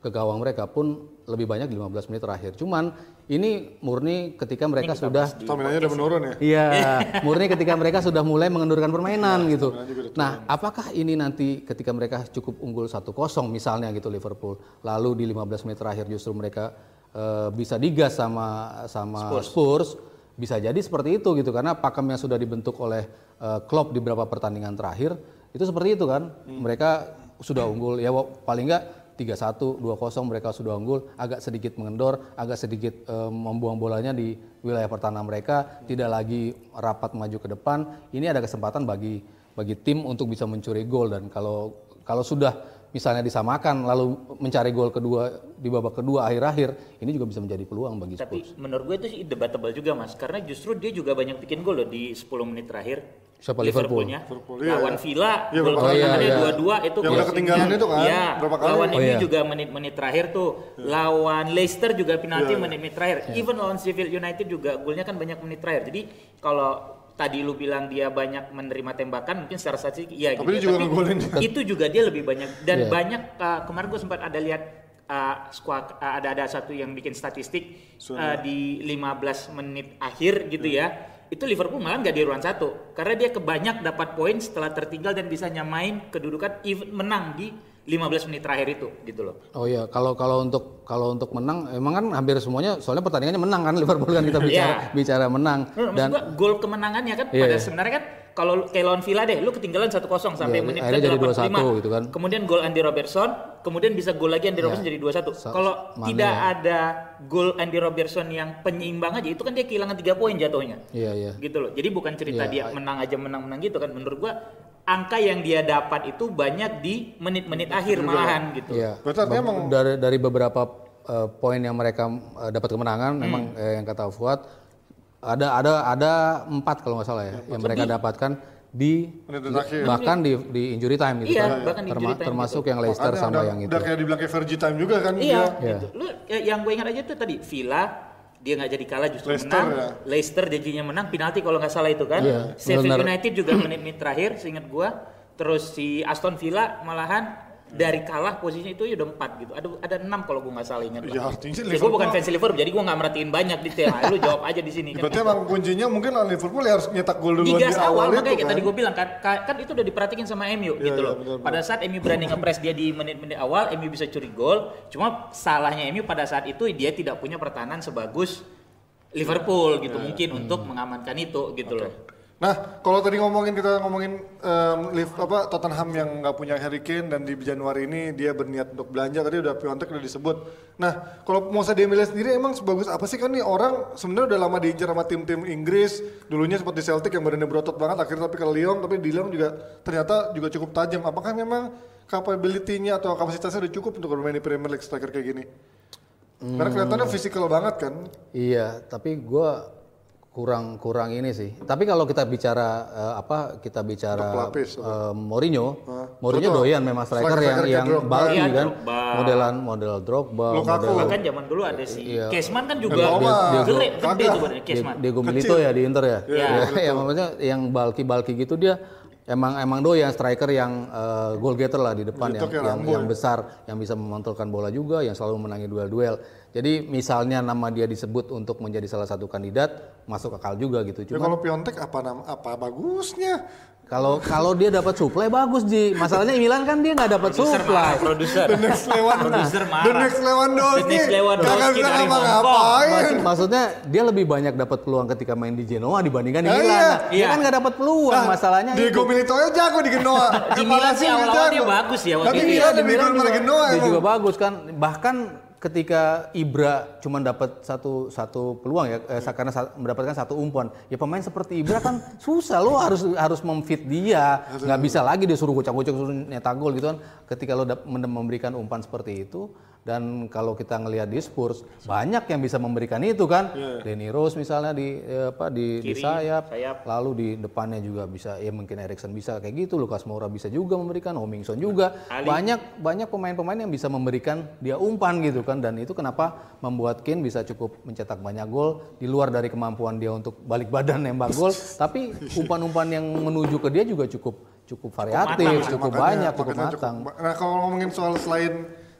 ke gawang mereka pun lebih banyak di lima belas menit terakhir. Cuman ini murni ketika mereka sudah staminanya udah menurun ya. Iya, murni ketika mereka sudah mulai mengendurkan permainan gitu. Nah, apakah ini nanti ketika mereka cukup unggul satu kosong misalnya gitu Liverpool, lalu di lima belas menit terakhir justru mereka uh, bisa digas sama sama Spurs. Spurs, bisa jadi seperti itu gitu karena pakem yang sudah dibentuk oleh uh, Klopp di beberapa pertandingan terakhir itu seperti itu kan. Hmm. Mereka sudah unggul ya paling enggak tiga satu, dua kosong mereka sudah unggul, agak sedikit mengendor, agak sedikit e, membuang bolanya di wilayah pertahanan mereka, tidak lagi rapat maju ke depan. Ini ada kesempatan bagi bagi tim untuk bisa mencuri gol dan kalau kalau sudah misalnya disamakan lalu mencari gol kedua di babak kedua akhir-akhir, ini juga bisa menjadi peluang bagi Spurs. Tapi menurut gue itu sih debatable juga Mas, karena justru dia juga banyak bikin gol loh di sepuluh menit terakhir. Siapa Liverpoolnya? Liverpool, iya, lawan Villa, iya, gol pertamanya dua dua itu yang udah ketinggalan itu kan ya, berapa kali. Lawan oh, ini iya. juga menit-menit terakhir tuh. Ya. Lawan Leicester juga penalti ya, menit-menit terakhir. Ya. Even lawan Sheffield United juga golnya kan banyak menit terakhir. Jadi kalau tadi lu bilang dia banyak menerima tembakan, mungkin secara statistik iya gitu. Tapi dia juga ngegolin. Itu juga dia lebih banyak dan ya. banyak uh, kemarin gue sempat ada lihat uh, squad uh, ada ada satu yang bikin statistik uh, di lima belas menit akhir gitu ya. ya. Itu Liverpool malah nggak di ruang satu karena dia kebanyak dapat poin setelah tertinggal dan bisa nyamain kedudukan even menang di lima belas menit terakhir itu gitu loh. Oh iya, kalau kalau untuk kalau untuk menang emang kan hampir semuanya soalnya pertandingannya menang kan Liverpool kan kita bicara yeah. bicara menang nah, dan gua, gol kemenangannya kan yeah, pada yeah. sebenarnya kan kalau kayak lawan Villa deh, lu ketinggalan satu kosong sampai yeah, menit ke delapan puluh lima gitu kan. Kemudian gol Andy Robertson, kemudian bisa gol lagi Andy yeah. Robertson jadi dua satu. Kalau tidak ya. ada gol Andy Robertson yang penyeimbang aja, itu kan dia kehilangan tiga poin jatuhnya. Iya, yeah, iya. Yeah. Gitu loh. Jadi bukan cerita yeah, dia menang aja menang-menang gitu kan. Menurut gua angka yang dia dapat itu banyak di menit-menit akhir malahan gitu. Iya. Betul, memang dari dari beberapa uh, poin yang mereka uh, dapat kemenangan, hmm. memang eh, yang kata Fuad ada ada ada empat kalau nggak salah ya, ya yang mereka di, dapatkan di bahkan di di injury time gitu iya, kan. Bahkan Terma, time termasuk gitu. yang Leicester oh, sama ada, yang itu. Udah kayak dibilang kayak Fergie time juga kan. Iya, dia. gitu. Lu yang gue ingat aja tuh tadi Villa dia nggak jadi kalah justru Leicester, menang. Ya. Leicester jadinya menang penalti kalau nggak salah itu kan. Yeah, Sheffield United juga menit-menit terakhir seingat gue. Terus si Aston Villa malahan dari kalah posisinya itu ya udah empat gitu. Ada ada enam kalau gue nggak salah ingat. Ya, artinya ya, gue bukan fans Liverpool jadi gue nggak merhatiin banyak detail. Nah, lu jawab aja di sini. Berarti kan. Emang kuncinya mungkin Liverpool ya harus nyetak gol duluan di awal, awal itu makanya kan. tadi gue bilang kan, kan itu udah diperhatiin sama M U ya, gitu ya, loh. Bener, pada saat M U berani nge-press dia di menit-menit awal, M U bisa curi gol. Cuma salahnya M U pada saat itu dia tidak punya pertahanan sebagus Liverpool gitu ya, mungkin hmm. untuk mengamankan itu gitu okay. loh. Nah, kalau tadi ngomongin kita ngomongin um, live, apa Tottenham yang nggak punya Harry Kane dan di Januari ini dia berniat untuk belanja, tadi udah Piontek udah disebut. Nah, kalau Moussa Dembélé sendiri emang sebagus apa sih kan nih orang sebenarnya udah lama diincar sama tim-tim Inggris, dulunya seperti Celtic yang badannya berotot banget, akhirnya tapi ke Lyon, tapi di Lyon juga ternyata juga cukup tajam. Apakah memang capability-nya atau kapasitasnya udah cukup untuk bermain di Premier League striker kayak gini? Hmm. Karena kelihatannya fisikal banget kan? Iya, tapi gue kurang kurang ini sih. Tapi kalau kita bicara uh, apa kita bicara pelapis, uh, Mourinho, huh? Mourinho Betul. doyan memang striker, striker yang yang bulky iya, kan, Drogba. modelan model Drogba, Lukaku. model kan zaman dulu ada si iya. Kesman kan juga gede gede tuh badannya Kesman. Diego Milito ya di Inter ya. Iya, ya, ya maksudnya yang bulky bulky gitu dia emang emang doyan striker yang uh, goal getter lah di depan yang yang, yang besar, yang bisa memantulkan bola juga, yang selalu menangi duel-duel. Jadi misalnya nama dia disebut untuk menjadi salah satu kandidat, masuk akal juga gitu. Cuma ya kalau Piontek apa nama apa bagusnya? Kalau kalau dia dapat supply bagus Ji. Masalahnya Milan kan dia nggak dapat supply. Produser. The next Lewandowski. The next Lewandowski. Kakak bisa ngapa-ngapain. Maksudnya dia lebih banyak dapat peluang ketika main di Genoa dibandingkan di nah, Milan. iya. Nah, dia iya. kan nggak dapat peluang. Nah, masalahnya Diego Milito aja jago di Genoa. Di Milan sih awal-awal dia bagus ya waktu itu. Tapi dia di Milan malah Genoa. Dia juga bagus kan. Bahkan ketika Ibra cuma dapat satu satu peluang ya eh, karena sa- mendapatkan satu umpan ya pemain seperti Ibra kan susah lo harus harus memfit dia nggak bisa lagi dia suruh gocak-gocak suruh nyetak gol gitu kan ketika lo dap- memberikan umpan seperti itu dan kalau kita ngelihat di Spurs banyak yang bisa memberikan itu kan yeah. Danny Rose misalnya di eh, apa di, Kiri, di sayap, sayap lalu di depannya juga bisa ya mungkin Eriksen bisa kayak gitu Lucas Moura bisa juga memberikan Homingson juga Ali. banyak banyak pemain-pemain yang bisa memberikan dia umpan gitu kan dan itu kenapa membuat Kane bisa cukup mencetak banyak gol di luar dari kemampuan dia untuk balik badan nembak gol tapi umpan-umpan yang menuju ke dia juga cukup cukup variatif, cukup, cukup makanya, banyak, cukup makanya matang. Cukup, nah kalau ngomongin soal selain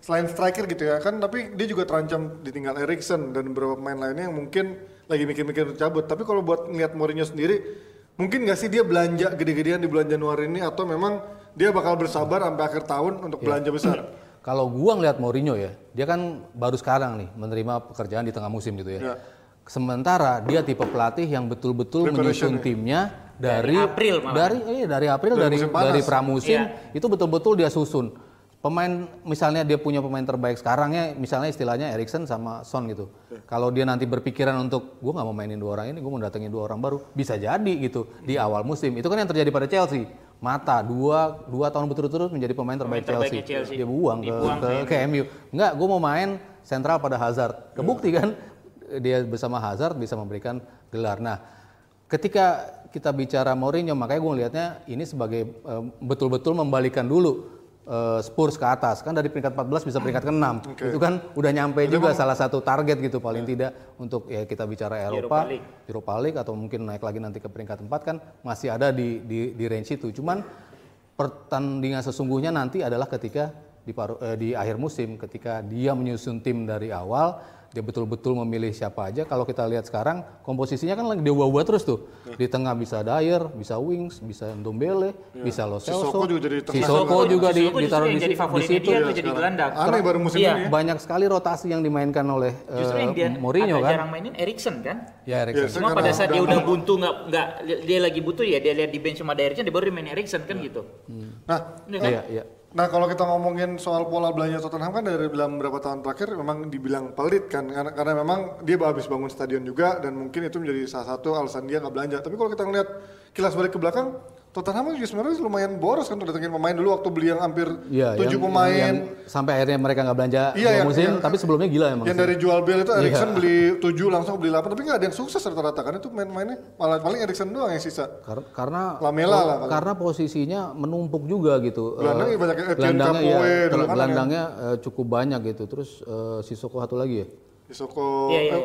selain striker gitu ya kan, tapi dia juga terancam ditinggal Eriksen dan beberapa pemain lainnya yang mungkin lagi mikir-mikir cabut. Tapi kalau buat ngeliat Mourinho sendiri, mungkin nggak sih dia belanja gede-gedean di bulan Januari ini, atau memang dia bakal bersabar sampai akhir tahun untuk ya. belanja besar? Kalau gua ngeliat Mourinho ya, dia kan baru sekarang nih menerima pekerjaan di tengah musim gitu ya. ya. Sementara dia tipe pelatih yang betul-betul menyusun timnya dari, dari April malah. dari eh, dari April dari dari, dari pramusim ya. Itu betul-betul dia susun. Pemain misalnya dia punya pemain terbaik sekarangnya, misalnya istilahnya Eriksen sama Son gitu. Ya. Kalau dia nanti berpikiran untuk gue nggak mau mainin dua orang ini, gue mau datengin dua orang baru, bisa jadi gitu hmm. di awal musim. Itu kan yang terjadi pada Chelsea. Mata dua dua tahun berturut-turut menjadi pemain terbaik pemain Chelsea. Chelsea. Dia buang, Dibuang ke, ke, ke M U. Enggak, gue mau main sentral pada Hazard. Kebukti kan dia bersama Hazard bisa memberikan gelar. Nah, ketika kita bicara Mourinho, makanya gue lihatnya ini sebagai uh, betul-betul membalikan dulu Uh, Spurs ke atas, kan dari peringkat empat belas bisa peringkat keenam. Okay. Itu kan udah nyampe itu juga memang salah satu target gitu paling yeah. tidak untuk ya kita bicara Eropa, Europa League. Europa League atau mungkin naik lagi nanti ke peringkat empat kan masih ada di di, di range itu. Cuman pertandingan sesungguhnya nanti adalah ketika di paru, eh, di akhir musim, ketika dia menyusun tim dari awal, dia betul-betul memilih siapa aja. Kalau kita lihat sekarang komposisinya kan lagi diubah-ubah terus tuh. Ya. Di tengah bisa Dyer, bisa Wings, bisa Ndombele, ya. bisa Lo Celso. Sissoko juga jadi tengah. Sissoko juga di, ditaruh di, jadi di situ. Dia ya, jadi gelandang. Aneh baru musim iya. ini. Ya. Banyak sekali rotasi yang dimainkan oleh Justru uh, yang dia Mourinho kan. jarang mainin Eriksen kan. Ya Eriksen. Ya, Cuma pada saat dia udah buntu nggak nggak dia lagi butuh ya dia lihat di bench cuma ada Eriksen, dia baru main Eriksen kan ya. gitu. Hmm. Nah, ini kan? iya, iya. Nah kalau kita ngomongin soal pola belanja Tottenham kan dari dalam beberapa tahun terakhir memang dibilang pelit kan, karena, karena memang dia habis bangun stadion juga dan mungkin itu menjadi salah satu alasan dia nggak belanja. Tapi kalau kita ngeliat kilas balik ke belakang, Tottenham juga sebenarnya lumayan boros kan udah datengin pemain dulu waktu beli yang hampir ya, tujuh yang, pemain yang sampai akhirnya mereka nggak belanja iya, dua yang, musim, yang, tapi sebelumnya gila emang yang sih. Dari jual bel itu Eriksen iya. beli tujuh langsung beli delapan, tapi nggak ada yang sukses rata-rata kan itu main-mainnya malah paling Eriksen doang yang sisa Kar karena Lamela lah paling. Karena posisinya menumpuk juga gitu. Gelandangnya uh, banyak, gelandangnya ya, dulu kan gelandangnya kan. uh, cukup banyak gitu. Terus uh, Sissoko satu lagi ya? Sissoko iya, iya. Eh,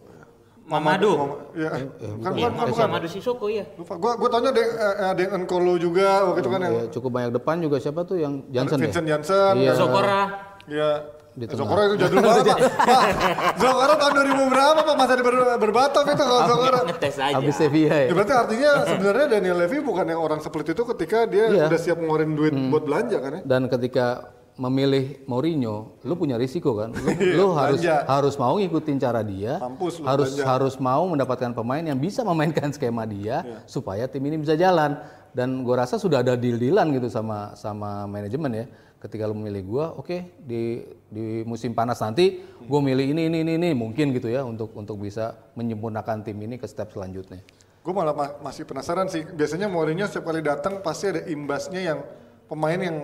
Mamadu. Iya, eh, eh, bukan, bukan, bukan, bukan. Mamadu Sissoko ya. Lupa. Gua gua tanya ada ada Nkolo juga waktu itu kan yang ya, cukup banyak depan juga siapa tuh yang Jansen ya? Vincent Jansen. Iya. Zokora. Iya. Zokora itu jadul banget Pak. Pak, Zokora tahun dua ribu berapa Pak? Masa ber berbatop itu kalau Zokora. Ngetes aja. Habis Sevilla ya. Ya berarti artinya sebenarnya Daniel Levy bukan yang orang seperti itu ketika dia iya. udah siap ngeluarin duit hmm. buat belanja kan ya. Dan ketika memilih Mourinho, lu punya risiko kan, lu, lu harus harus mau ngikutin cara dia, Mampus, harus belanja. harus mau mendapatkan pemain yang bisa memainkan skema dia yeah. supaya tim ini bisa jalan. Dan gue rasa sudah ada deal-dealan gitu sama sama manajemen ya. Ketika lu memilih gue, oke okay, di di musim panas nanti gue milih ini ini ini ini mungkin gitu ya untuk untuk bisa menyempurnakan tim ini ke step selanjutnya. Gue malah ma masih penasaran sih. Biasanya Mourinho setiap kali datang pasti ada imbasnya yang pemain yang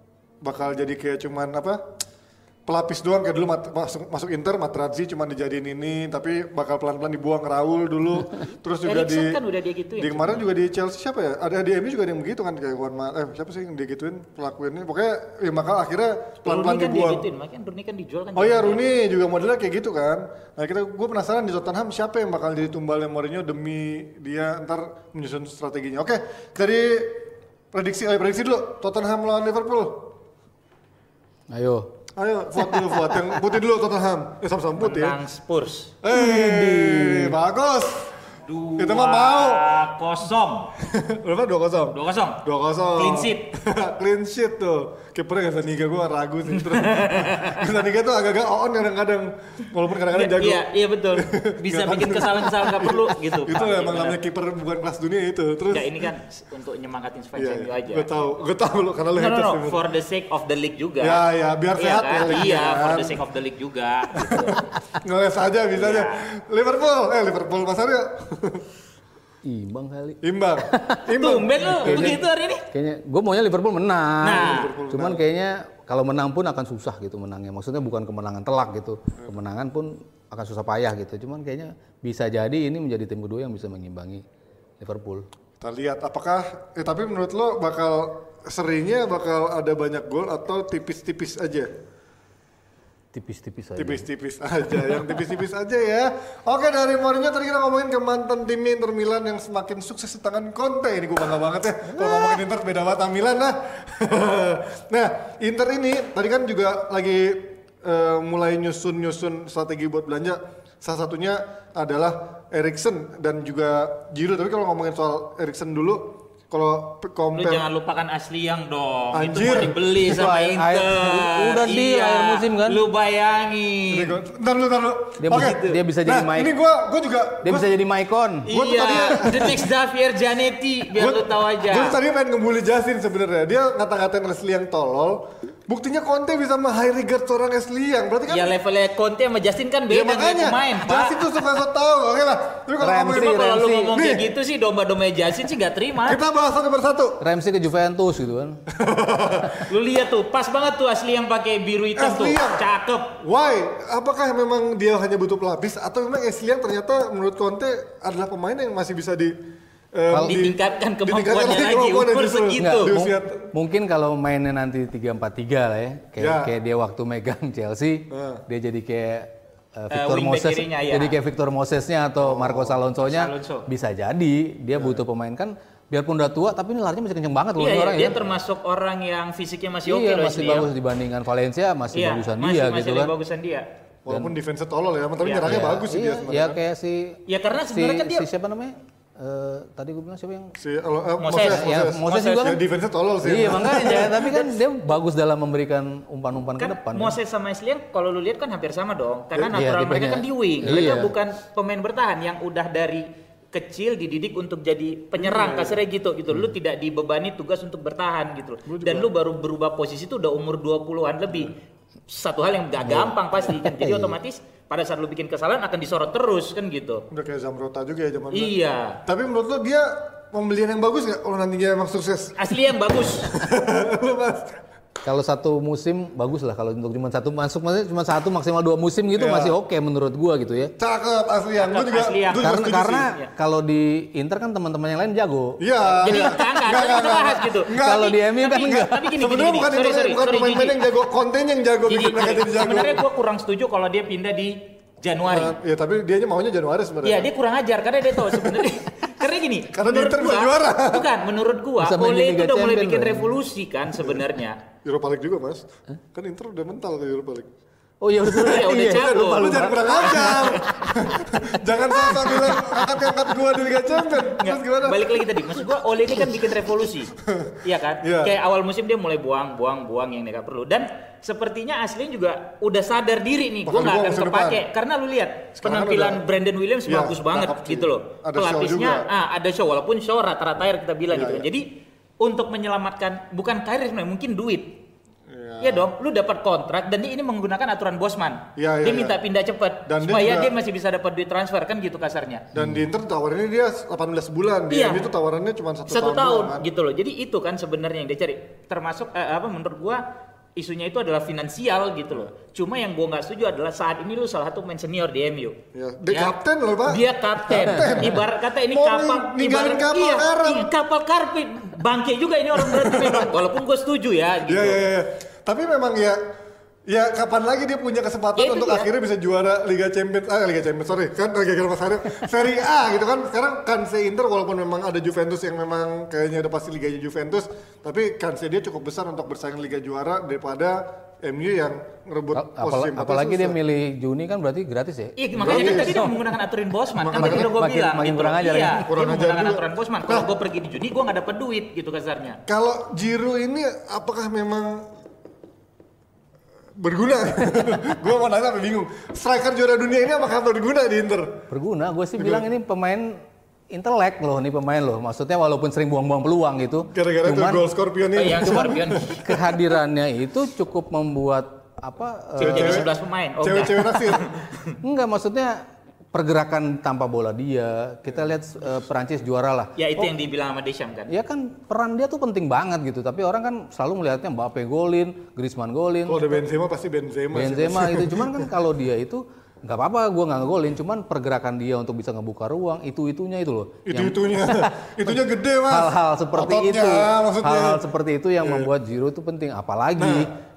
bakal jadi kayak cuman apa pelapis doang kayak dulu mat, masuk masuk Inter Materazzi cuman dijadiin ini tapi bakal pelan-pelan dibuang Raul dulu terus juga Eriksen di kan udah dia gituin, di kemarin juga di Chelsea siapa ya ada di M U juga ada yang begitu kan kayak Juan eh siapa sih yang dia gituin pelakuinnya pokoknya ya maka akhirnya pelan-pelan kan dibuang. Dia makanya Rooney kan dijual kan. Oh iya Rooney juga modelnya kayak gitu kan. Nah kita gue penasaran di Tottenham siapa yang bakal jadi tumbalnya Mourinho demi dia ntar menyusun strateginya. Oke dari prediksi oh, prediksi dulu Tottenham lawan Liverpool. Ayo. Ayo, vote dulu, vote. Yang putih dulu Tottenham. Eh, sama-sama putih ya. Menang Spurs. Eh, bagus. Dua kita mah mau. kosong. Berapa? Dua kosong? Dua kosong. Dua kosong. Clean sheet. Clean sheet tuh. Kipernya Gazzaniga gue ragu sih. Gazzaniga tuh agak-agak on kadang-kadang. Walaupun kadang-kadang jago. Iya, iya betul. Bisa bikin kesalahan-kesalahan gak perlu gitu. Itu ya, emang namanya kiper bukan kelas dunia itu. Terus. Ya ini kan untuk nyemangatin fans iya, M U aja. Gue tau, gue tau lo karena lo no, no, no, for the sake of the league juga. Ya, ya, biar iya, sehat kan? ya. Iya, kan? For the sake of the league juga. Gitu. Ngeles aja bisa aja. Liverpool, eh Liverpool Mas Aryo. Imbang kali. Imbang. Imbang. Tumben lu begitu hari ini. Kayaknya gue maunya Liverpool menang. Nah, Liverpool cuman menang. Kayaknya kalau menang pun akan susah gitu menangnya. Maksudnya bukan kemenangan telak gitu. Kemenangan pun akan susah payah gitu. Cuman kayaknya bisa jadi ini menjadi tim kedua yang bisa mengimbangi Liverpool. Kita lihat apakah eh tapi menurut lo bakal serinya bakal ada banyak gol atau tipis-tipis aja? tipis-tipis aja. Tipis-tipis aja, yang tipis-tipis aja ya. Oke, dari Mourinho tadi kita ngomongin ke mantan timnya Inter Milan yang semakin sukses di tangan Conte. Ini gue bangga banget ya. Kalau ngomongin Inter beda banget sama Milan lah. Nah, Inter ini tadi kan juga lagi uh, mulai nyusun-nyusun strategi buat belanja. Salah satunya adalah Eriksen dan juga Giroud. Tapi kalau ngomongin soal Eriksen dulu, kalau compare, lu jangan lupakan Ashley yang dong. Anjir. Itu mau dibeli sama Inter. Udah di iya, akhir musim kan. Lu bayangin. Ntar lu, ntar lu. Dia, okay. bisa, dia bisa jadi nah, Mike. Ini gua, gua juga. Dia gua, bisa jadi Maicon. Gua iya. tadi, The next Javier Zanetti. Biar gua, lu tahu aja. Gua tadi pengen ngebully Justin sebenarnya. Dia ngata-ngatain Ashley yang tolol. Buktinya Conte bisa meng-high regard seorang Ashley yang berarti kan. Ya levelnya Conte sama Justin kan beda. Ya makanya. Pemain, Justin tuh suka so tau. Oke lah. Tapi kalau ngomongin kalau lu ngomong kayak gitu sih domba-domba Justin sih gak terima. Kita bahas satu persatu. Ramsey ke Juventus gitu kan. Lu lihat tuh, pas banget tuh Ashley yang pakai biru hitam tuh. Yang, cakep. Why? Apakah memang dia hanya butuh pelapis atau memang Ashley yang ternyata menurut Conte adalah pemain yang masih bisa di Um, ditingkatkan kemampuannya lagi, ukur segitu. Enggak, mungkin kalau mainnya nanti tiga empat tiga lah ya, kayak, ya. kayak dia waktu megang Chelsea, uh. dia jadi kayak uh, Victor uh, Moses, kirinya, ya. jadi kayak Victor Mosesnya atau oh. Marcos Alonso-nya, Alonso. Bisa jadi dia ya. butuh pemain kan, biarpun udah tua tapi ini larinya masih kenceng banget loh iya, orang iya, ya. Dia termasuk orang yang fisiknya masih iya, oke okay loh. Masih bagus ya. Dibandingkan Valencia, masih iya, bagusan masih, dia masih gitu kan. bagusan dia. Walaupun defense tolol ya, tapi iya, nyerangnya iya, bagus sih iya, dia sebenarnya. Ya kayak si Ya karena sebenarnya si, kan dia si siapa namanya? Uh, tadi gue bilang siapa yang si uh, uh, Moses, Moses, ya, Moses, Moses juga kan ya, defense tolol sih. Iya makanya, tapi kan dia bagus dalam memberikan umpan-umpan kan ke depan. Moses kan? sama Ashley kalau lu lihat kan hampir sama dong, karena iya, natural mereka kan di wing, mereka iya. bukan pemain bertahan yang udah dari kecil dididik untuk jadi penyerang, iya, kasarnya gitu gitu. Hmm. Lu tidak dibebani tugas untuk bertahan gitu. Dan lu baru berubah posisi itu udah umur dua puluhan lebih. Satu hal yang gak gampang pasti kan. Jadi otomatis pada saat lu bikin kesalahan akan disorot terus kan gitu. Udah kayak Zamrota juga ya zaman. Iya. Tapi menurut lu dia pembelian yang bagus gak kalau nantinya emang sukses? Asli yang bagus. Kalau satu musim bagus lah, kalau untuk cuma satu masuk maksudnya cuma satu maksimal dua musim gitu ya. Masih oke okay menurut gua gitu ya. Cakep asli yang gua juga. Asli yang. Gua karena karena ya. kalau di Inter kan teman-teman yang lain jago. Iya. Jadi enggak enggak kita bahas gitu. Kalau di M U kan enggak. Tapi gini sebenarnya gini. bukan Sorry itu, sorry. bukan pemain-pemain yang jago, konten yang jago bikin mereka jadi jago. Sebenarnya gua kurang setuju kalau dia pindah di Januari. Uh, ya tapi dia maunya Januari sebenarnya. Iya, dia kurang ajar karena dia tahu sebenarnya. Karena gini, karena menurut Inter gua, juara. Bukan, menurut gua Ole itu udah mulai bikin revolusi kan sebenarnya. Europa League juga, Mas. Huh? Kan Inter udah mental ke Europa League. Oh iya betul ya, udah jago. Lu jangan kurang ajar. Jangan sok-sok bilang angkat-angkat gua di Liga Champions. Terus gimana? Balik lagi tadi, maksud gua Ole ini kan bikin revolusi. Iya kan? Yeah. Kayak awal musim dia mulai buang, buang, buang yang enggak perlu. Dan sepertinya aslinya juga udah sadar diri nih, gua enggak akan kepake karena lu lihat penampilan udah, Brandon Williams ya, bagus banget gitu loh. Ada pelapisnya ah ada show walaupun show rata-rata air kita bilang ya, gitu. Ya. Jadi untuk menyelamatkan bukan karir sebenarnya, mungkin duit. Iya dong, lu dapat kontrak dan dia ini menggunakan aturan Bosman. Ya, ya, dia minta ya. pindah cepat supaya dia, dia masih bisa dapat duit transfer kan gitu kasarnya. Dan hmm. di Inter tawarannya dia delapan belas bulan, di iya. M U itu tawarannya cuma satu, satu tahun, tahun kan? gitu loh. Jadi itu kan sebenarnya yang dia cari. Termasuk eh, apa menurut gua isunya itu adalah finansial gitu loh. Cuma yang gua nggak setuju adalah saat ini lu salah satu pemain senior di M U. Ya. Dia ya. kapten loh Pak. Dia kapten. Ibarat kata ini mau kapal, ibarat kapal iya, karpet. Iya, kapal karpet. Bangke juga ini orang berarti memang. Walaupun gua setuju ya gitu. Iya iya iya. Tapi memang ya, ya kapan lagi dia punya kesempatan ya, untuk dia. akhirnya bisa juara Liga Champions, ah Liga Champions sorry kan Liga Mas Arif, Serie A gitu kan. Sekarang Kansnya Inter walaupun memang ada Juventus yang memang kayaknya udah pasti liganya Juventus, tapi Kansnya dia cukup besar untuk bersaing Liga Juara daripada M U yang ngerebut posisi. Apal apalagi dia milih Juni kan berarti gratis ya? Iya makanya kan tadi dia menggunakan aturan Bosman, kan tadi udah gue bilang. Makin kurang ajar iya, ya? Kurang dia menggunakan aturan Bosman, kalau gue pergi di Juni gue gak dapet duit gitu kasarnya. Kalau Giroud ini apakah memang berguna? Gue mau nanya tapi bingung. Striker juara dunia ini apakah berguna di Inter? Berguna, gue sih berguna. Bilang ini pemain intelek loh, nih pemain loh. Maksudnya walaupun sering buang-buang peluang gitu. Gara-gara itu gol Scorpion ini. Oh, Scorpion. Kehadirannya itu cukup membuat apa? Cewek uh, sebelas pemain. Oh, cewek-cewek naksir. Enggak, maksudnya pergerakan tanpa bola dia, kita lihat uh, Perancis juara lah. Ya itu oh, yang dibilang sama Deschamps kan. Ya kan peran dia tuh penting banget gitu, tapi orang kan selalu melihatnya Mbappe golin, Griezmann golin. Kalau ada Benzema pasti Benzema. Benzema itu, cuman kan kalau dia itu nggak apa-apa, gue nggak ngegolin, cuman pergerakan dia untuk bisa ngebuka ruang, itu-itunya itu loh. Itu-itunya, itunya gede mas. Hal-hal seperti Ototnya, itu, maksudnya. hal-hal seperti itu yang yeah. membuat Giroud itu penting, apalagi. Nah.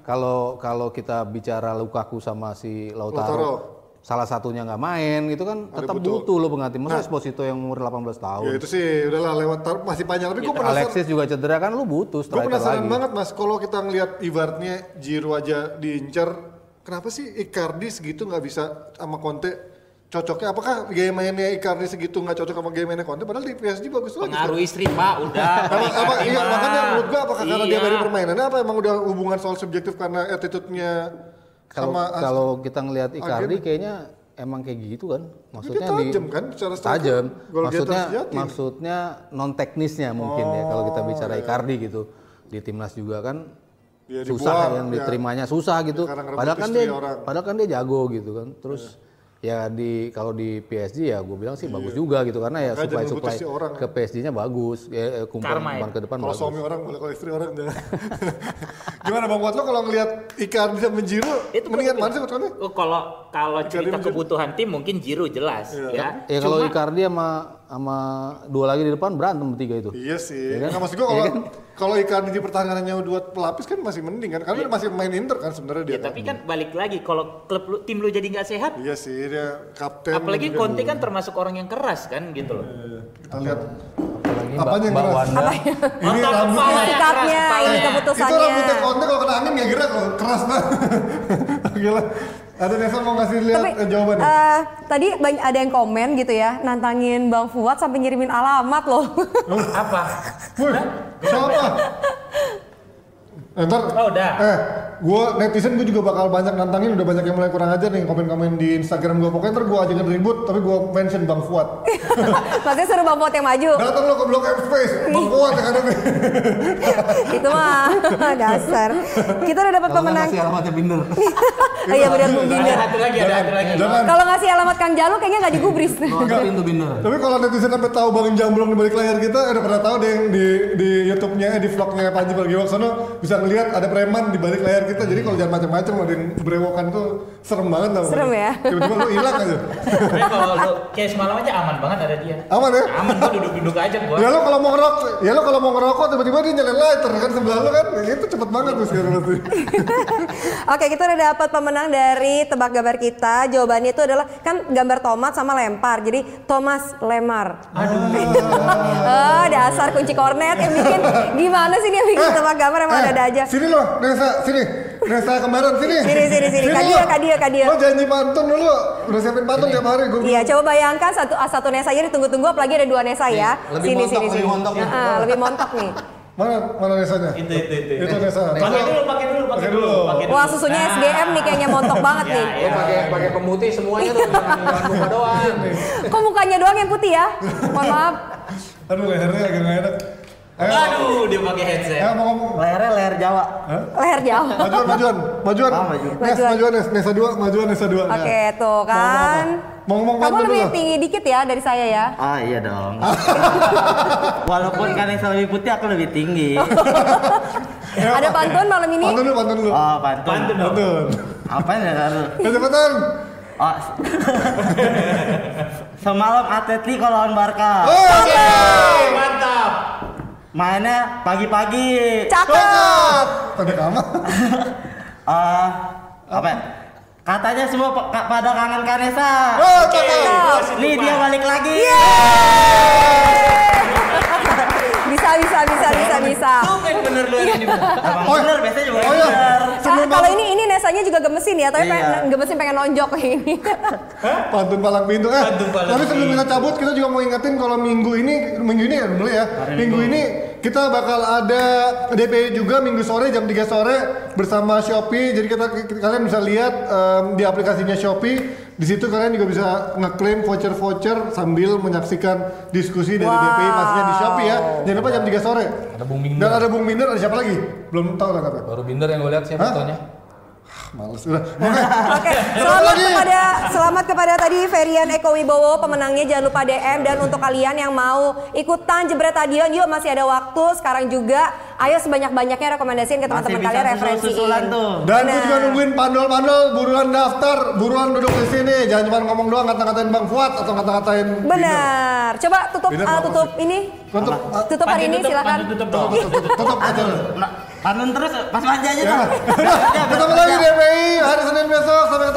kalau kalau kita bicara Lukaku sama si Lautaro, Lautaro. salah satunya nggak main gitu kan Ada tetap butuh. butuh lo pengganti. Masa Nah. Esposito yang umur delapan belas tahun. Ya itu sih udahlah lewat masih panjang tapi gue penasaran. Alexis juga cedera kan lu butuh Gue striker penasaran lagi. banget mas, kalau kita ngelihat ibaratnya Giroud aja diincar, kenapa sih Icardi segitu nggak bisa sama Conte cocoknya? Apakah gaya mainnya Icardi segitu nggak cocok sama gaya mainnya Conte? Padahal di P S G bagus lagi. Pengaruh istri pak, udah. Apa, apa, iya, makanya menurut gue apakah karena dia Iya. dari permainannya apa emang udah hubungan soal subjektif karena attitude-nya Kalau sama kalau kita ngelihat Icardi agen. kayaknya emang kayak gitu kan. Maksudnya dia di tajam kan secara striker. tajam. Gol di Maksudnya atas sejati. maksudnya non teknisnya mungkin ya kalau kita bicara iya. Icardi gitu. Di timnas juga kan Dia susah dibuang, yang ya. diterimanya susah gitu. Sekarang rebut Padahal kan istri dia orang. padahal kan dia jago gitu kan. Terus ya di kalau di P S G ya gue bilang sih bagus juga gitu karena ya Makanya supply jangan supply rebut istri orang. ke P S G-nya bagus. Ya, eh, kumpulan Karma ya? kumpulan ke depan Kalau bagus. suami orang boleh, kalau istri orang jangan. Gimana Bang Buat lo kalau ngelihat Icardi sama Giroud, Itu mendingan betul. mana sih menurut Oh, kalau kalau cerita Icardi kebutuhan tim mungkin Giroud jelas ya. Ya kalau Cuma- Icardi sama sama dua lagi di depan berantem bertiga itu. Iya sih. Iya kan? Nggak, maksud gue kalau Iya kan? kalau Icardi di pertahanannya dua pelapis kan masih mending kan, karena dia masih main Inter kan sebenarnya dia. Ya, tapi kan balik lagi kalau klub lu, tim lu jadi nggak sehat, Iya sih dia kapten. apalagi juga. Conte kan termasuk orang yang keras kan gitu loh. Kita lihat Apalagi apanya yang Mbak keras? Wanda. Ini Otot rambutnya. kepala yang Sikapnya, keras, kepalanya. ini Itu keputusannya. rambutnya Conte kalau kena angin nggak gerak loh, keras banget. Gila. Ada Nesa mau ngasih lihat Tapi eh, jawaban nih? eh, tadi banyak ada yang komen gitu ya, nantangin Bang Fuad sampai ngirimin alamat loh. Apa? Wih, siapa? Eh, ntar, Oh, udah. eh, gua netizen gue juga bakal banyak nantangin, udah banyak yang mulai kurang ajar nih komen-komen di Instagram gua. Pokoknya ntar gua ajakin ribut, tapi gua mention Bang Fuad. Maksudnya suruh Bang Fuad yang maju. Datang lo ke Blok M Space, Bang Fuad yang ada nih. Itu mah dasar. Kita udah dapat Kalau nggak pemenang. ngasih alamatnya binder. Oh iya benar Bung Ada Binder. satu lagi, ada satu lagi. Jangan. Kalau ngasih alamat Kang Jalu kayaknya nggak digubris. Enggak pintu binder. Tapi kalau netizen sampai tahu Bang Jamblong di balik layar kita, udah pernah tahu deh yang di di YouTube-nya, eh, di vlognya Panji Pragiwaksono bisa ngelihat ada preman di balik layar kita. Jadi kalau jangan macam-macam ada yang berewokan tuh serem banget tau. Serem ya? Tiba-tiba lu hilang aja. Tapi kalau lu kayak semalam aja aman banget ada dia. Aman ya? Aman gua duduk-duduk aja gua. Ya lo kalau mau ngerokok, ya lo kalau mau ngerokok tiba-tiba dia nyalain lighter kan sebelah lo kan, ya itu cepet banget tuh sekarang pasti. Oke, kita udah dapat pemenang dari tebak gambar kita. Jawabannya itu adalah kan gambar tomat sama lempar. Jadi Thomas Lemar. Aduh. Oh, dasar kunci kornet yang bikin gimana sih dia bikin tebak gambar emang ada-ada aja. Sini lo, Nesa, sini. Nesa kembaran, sini. Sini, sini, sini. Kadia, lo. Kadia, Kadia. Lo janji pantun dulu, udah siapin pantun tiap hari gue. Iya, coba bayangkan satu satu Nesa aja ditunggu-tunggu, apalagi ada dua Nesa ya. Lebih Sini, montok, sini, lebih sini. montok nih. Ah, lebih montok nih. Mana, mana Nesanya? Itu itu itu. Itu Nesa. Pakai dulu, pakai dulu, pakai dulu, pakai dulu. Wah, susunya S G M nih kayaknya montok banget nih. Ya, pakai pakai pemutih semuanya tuh jangan jangan muka doang. Kok mukanya doang yang putih ya? Mohon maaf. Aduh lehernya agak nggak enak. Ayo, Aduh, dia pakai headset. ayo mau ngomong. Lehernya leher Jawa. Leher jauh. Majuan, majuan, majuan. Ah, maju. Nes, Majuan. majuan, Nes. Nesa dua, majuan, Nesa dua. Oke, tuh kan. Mau ngomong Kamu pantun lebih dulu. tinggi dikit ya dari saya ya. Ah iya dong. Walaupun kan yang lebih putih aku lebih tinggi. Ada pantun malam ini? Pantun dulu, pantun dulu. Oh pantun. Pantun dong. Pantun. Apa ya Daru? Ya cepetan. Oh. Semalam Atletico lawan Barca. Oke. Mantap. Mainnya pagi-pagi. Cakep. Pendek amat. Ah apa? ya? Katanya semua pe- ka- pada kangen Kanesa. Oh, cakep. Nih dia balik lagi. Bisa, bisa, bisa, bisa, bisa. Tumben bener lu ini. Emang Oh, bener biasanya juga oh iya. bener. Sebelum Ah, kalau ini ini Nesanya juga gemesin ya, tapi Iya. pengen, gemesin pengen nonjok ini. Pantun palang pintu. Eh, Pantun palang tapi sebelum pintu. kita cabut, kita juga mau ingetin kalau minggu ini, minggu ini ya dulu ya. Minggu ini kita bakal ada D P juga minggu sore jam tiga sore bersama Shopee. Jadi kita kalian bisa lihat em, di aplikasinya Shopee. Di situ kalian juga bisa ngeklaim voucher-voucher sambil menyaksikan diskusi dari D P I pastinya di Shopee ya. Jangan lupa jam tiga sore. Ada Bung Binder. Dan ada Bung Binder, ada siapa lagi? Belum tahu lah katanya. Baru binder yang gue lihat sih Hah? fotonya. Males udah. Oke. Oke, selamat kepada selamat kepada tadi Ferian Eko Wibowo pemenangnya, jangan lupa D M. Dan untuk kalian yang mau ikutan jebret stadion, yuk masih ada waktu sekarang juga. Ayo sebanyak-banyaknya rekomendasiin ke teman-teman Masih kalian, bisa referensiin. susul-susulan tuh. Dan gue Benar. juga nungguin pandol-pandol, buruan daftar, buruan duduk di sini. Jangan cuma ngomong doang, ngata-ngatain Bang Fuad atau ngata-ngatain Binder. Benar. Coba tutup Binder ah, apa tutup sih? ini. Tutup, ah, Tutup hari ini Panji tutup, silakan. Panji tutup dong. tutup, tutup, tutup aja. Nah, Panun terus, pas manja aja tuh. Ketemu lagi di F P I hari Senin besok. Sampai ketemu.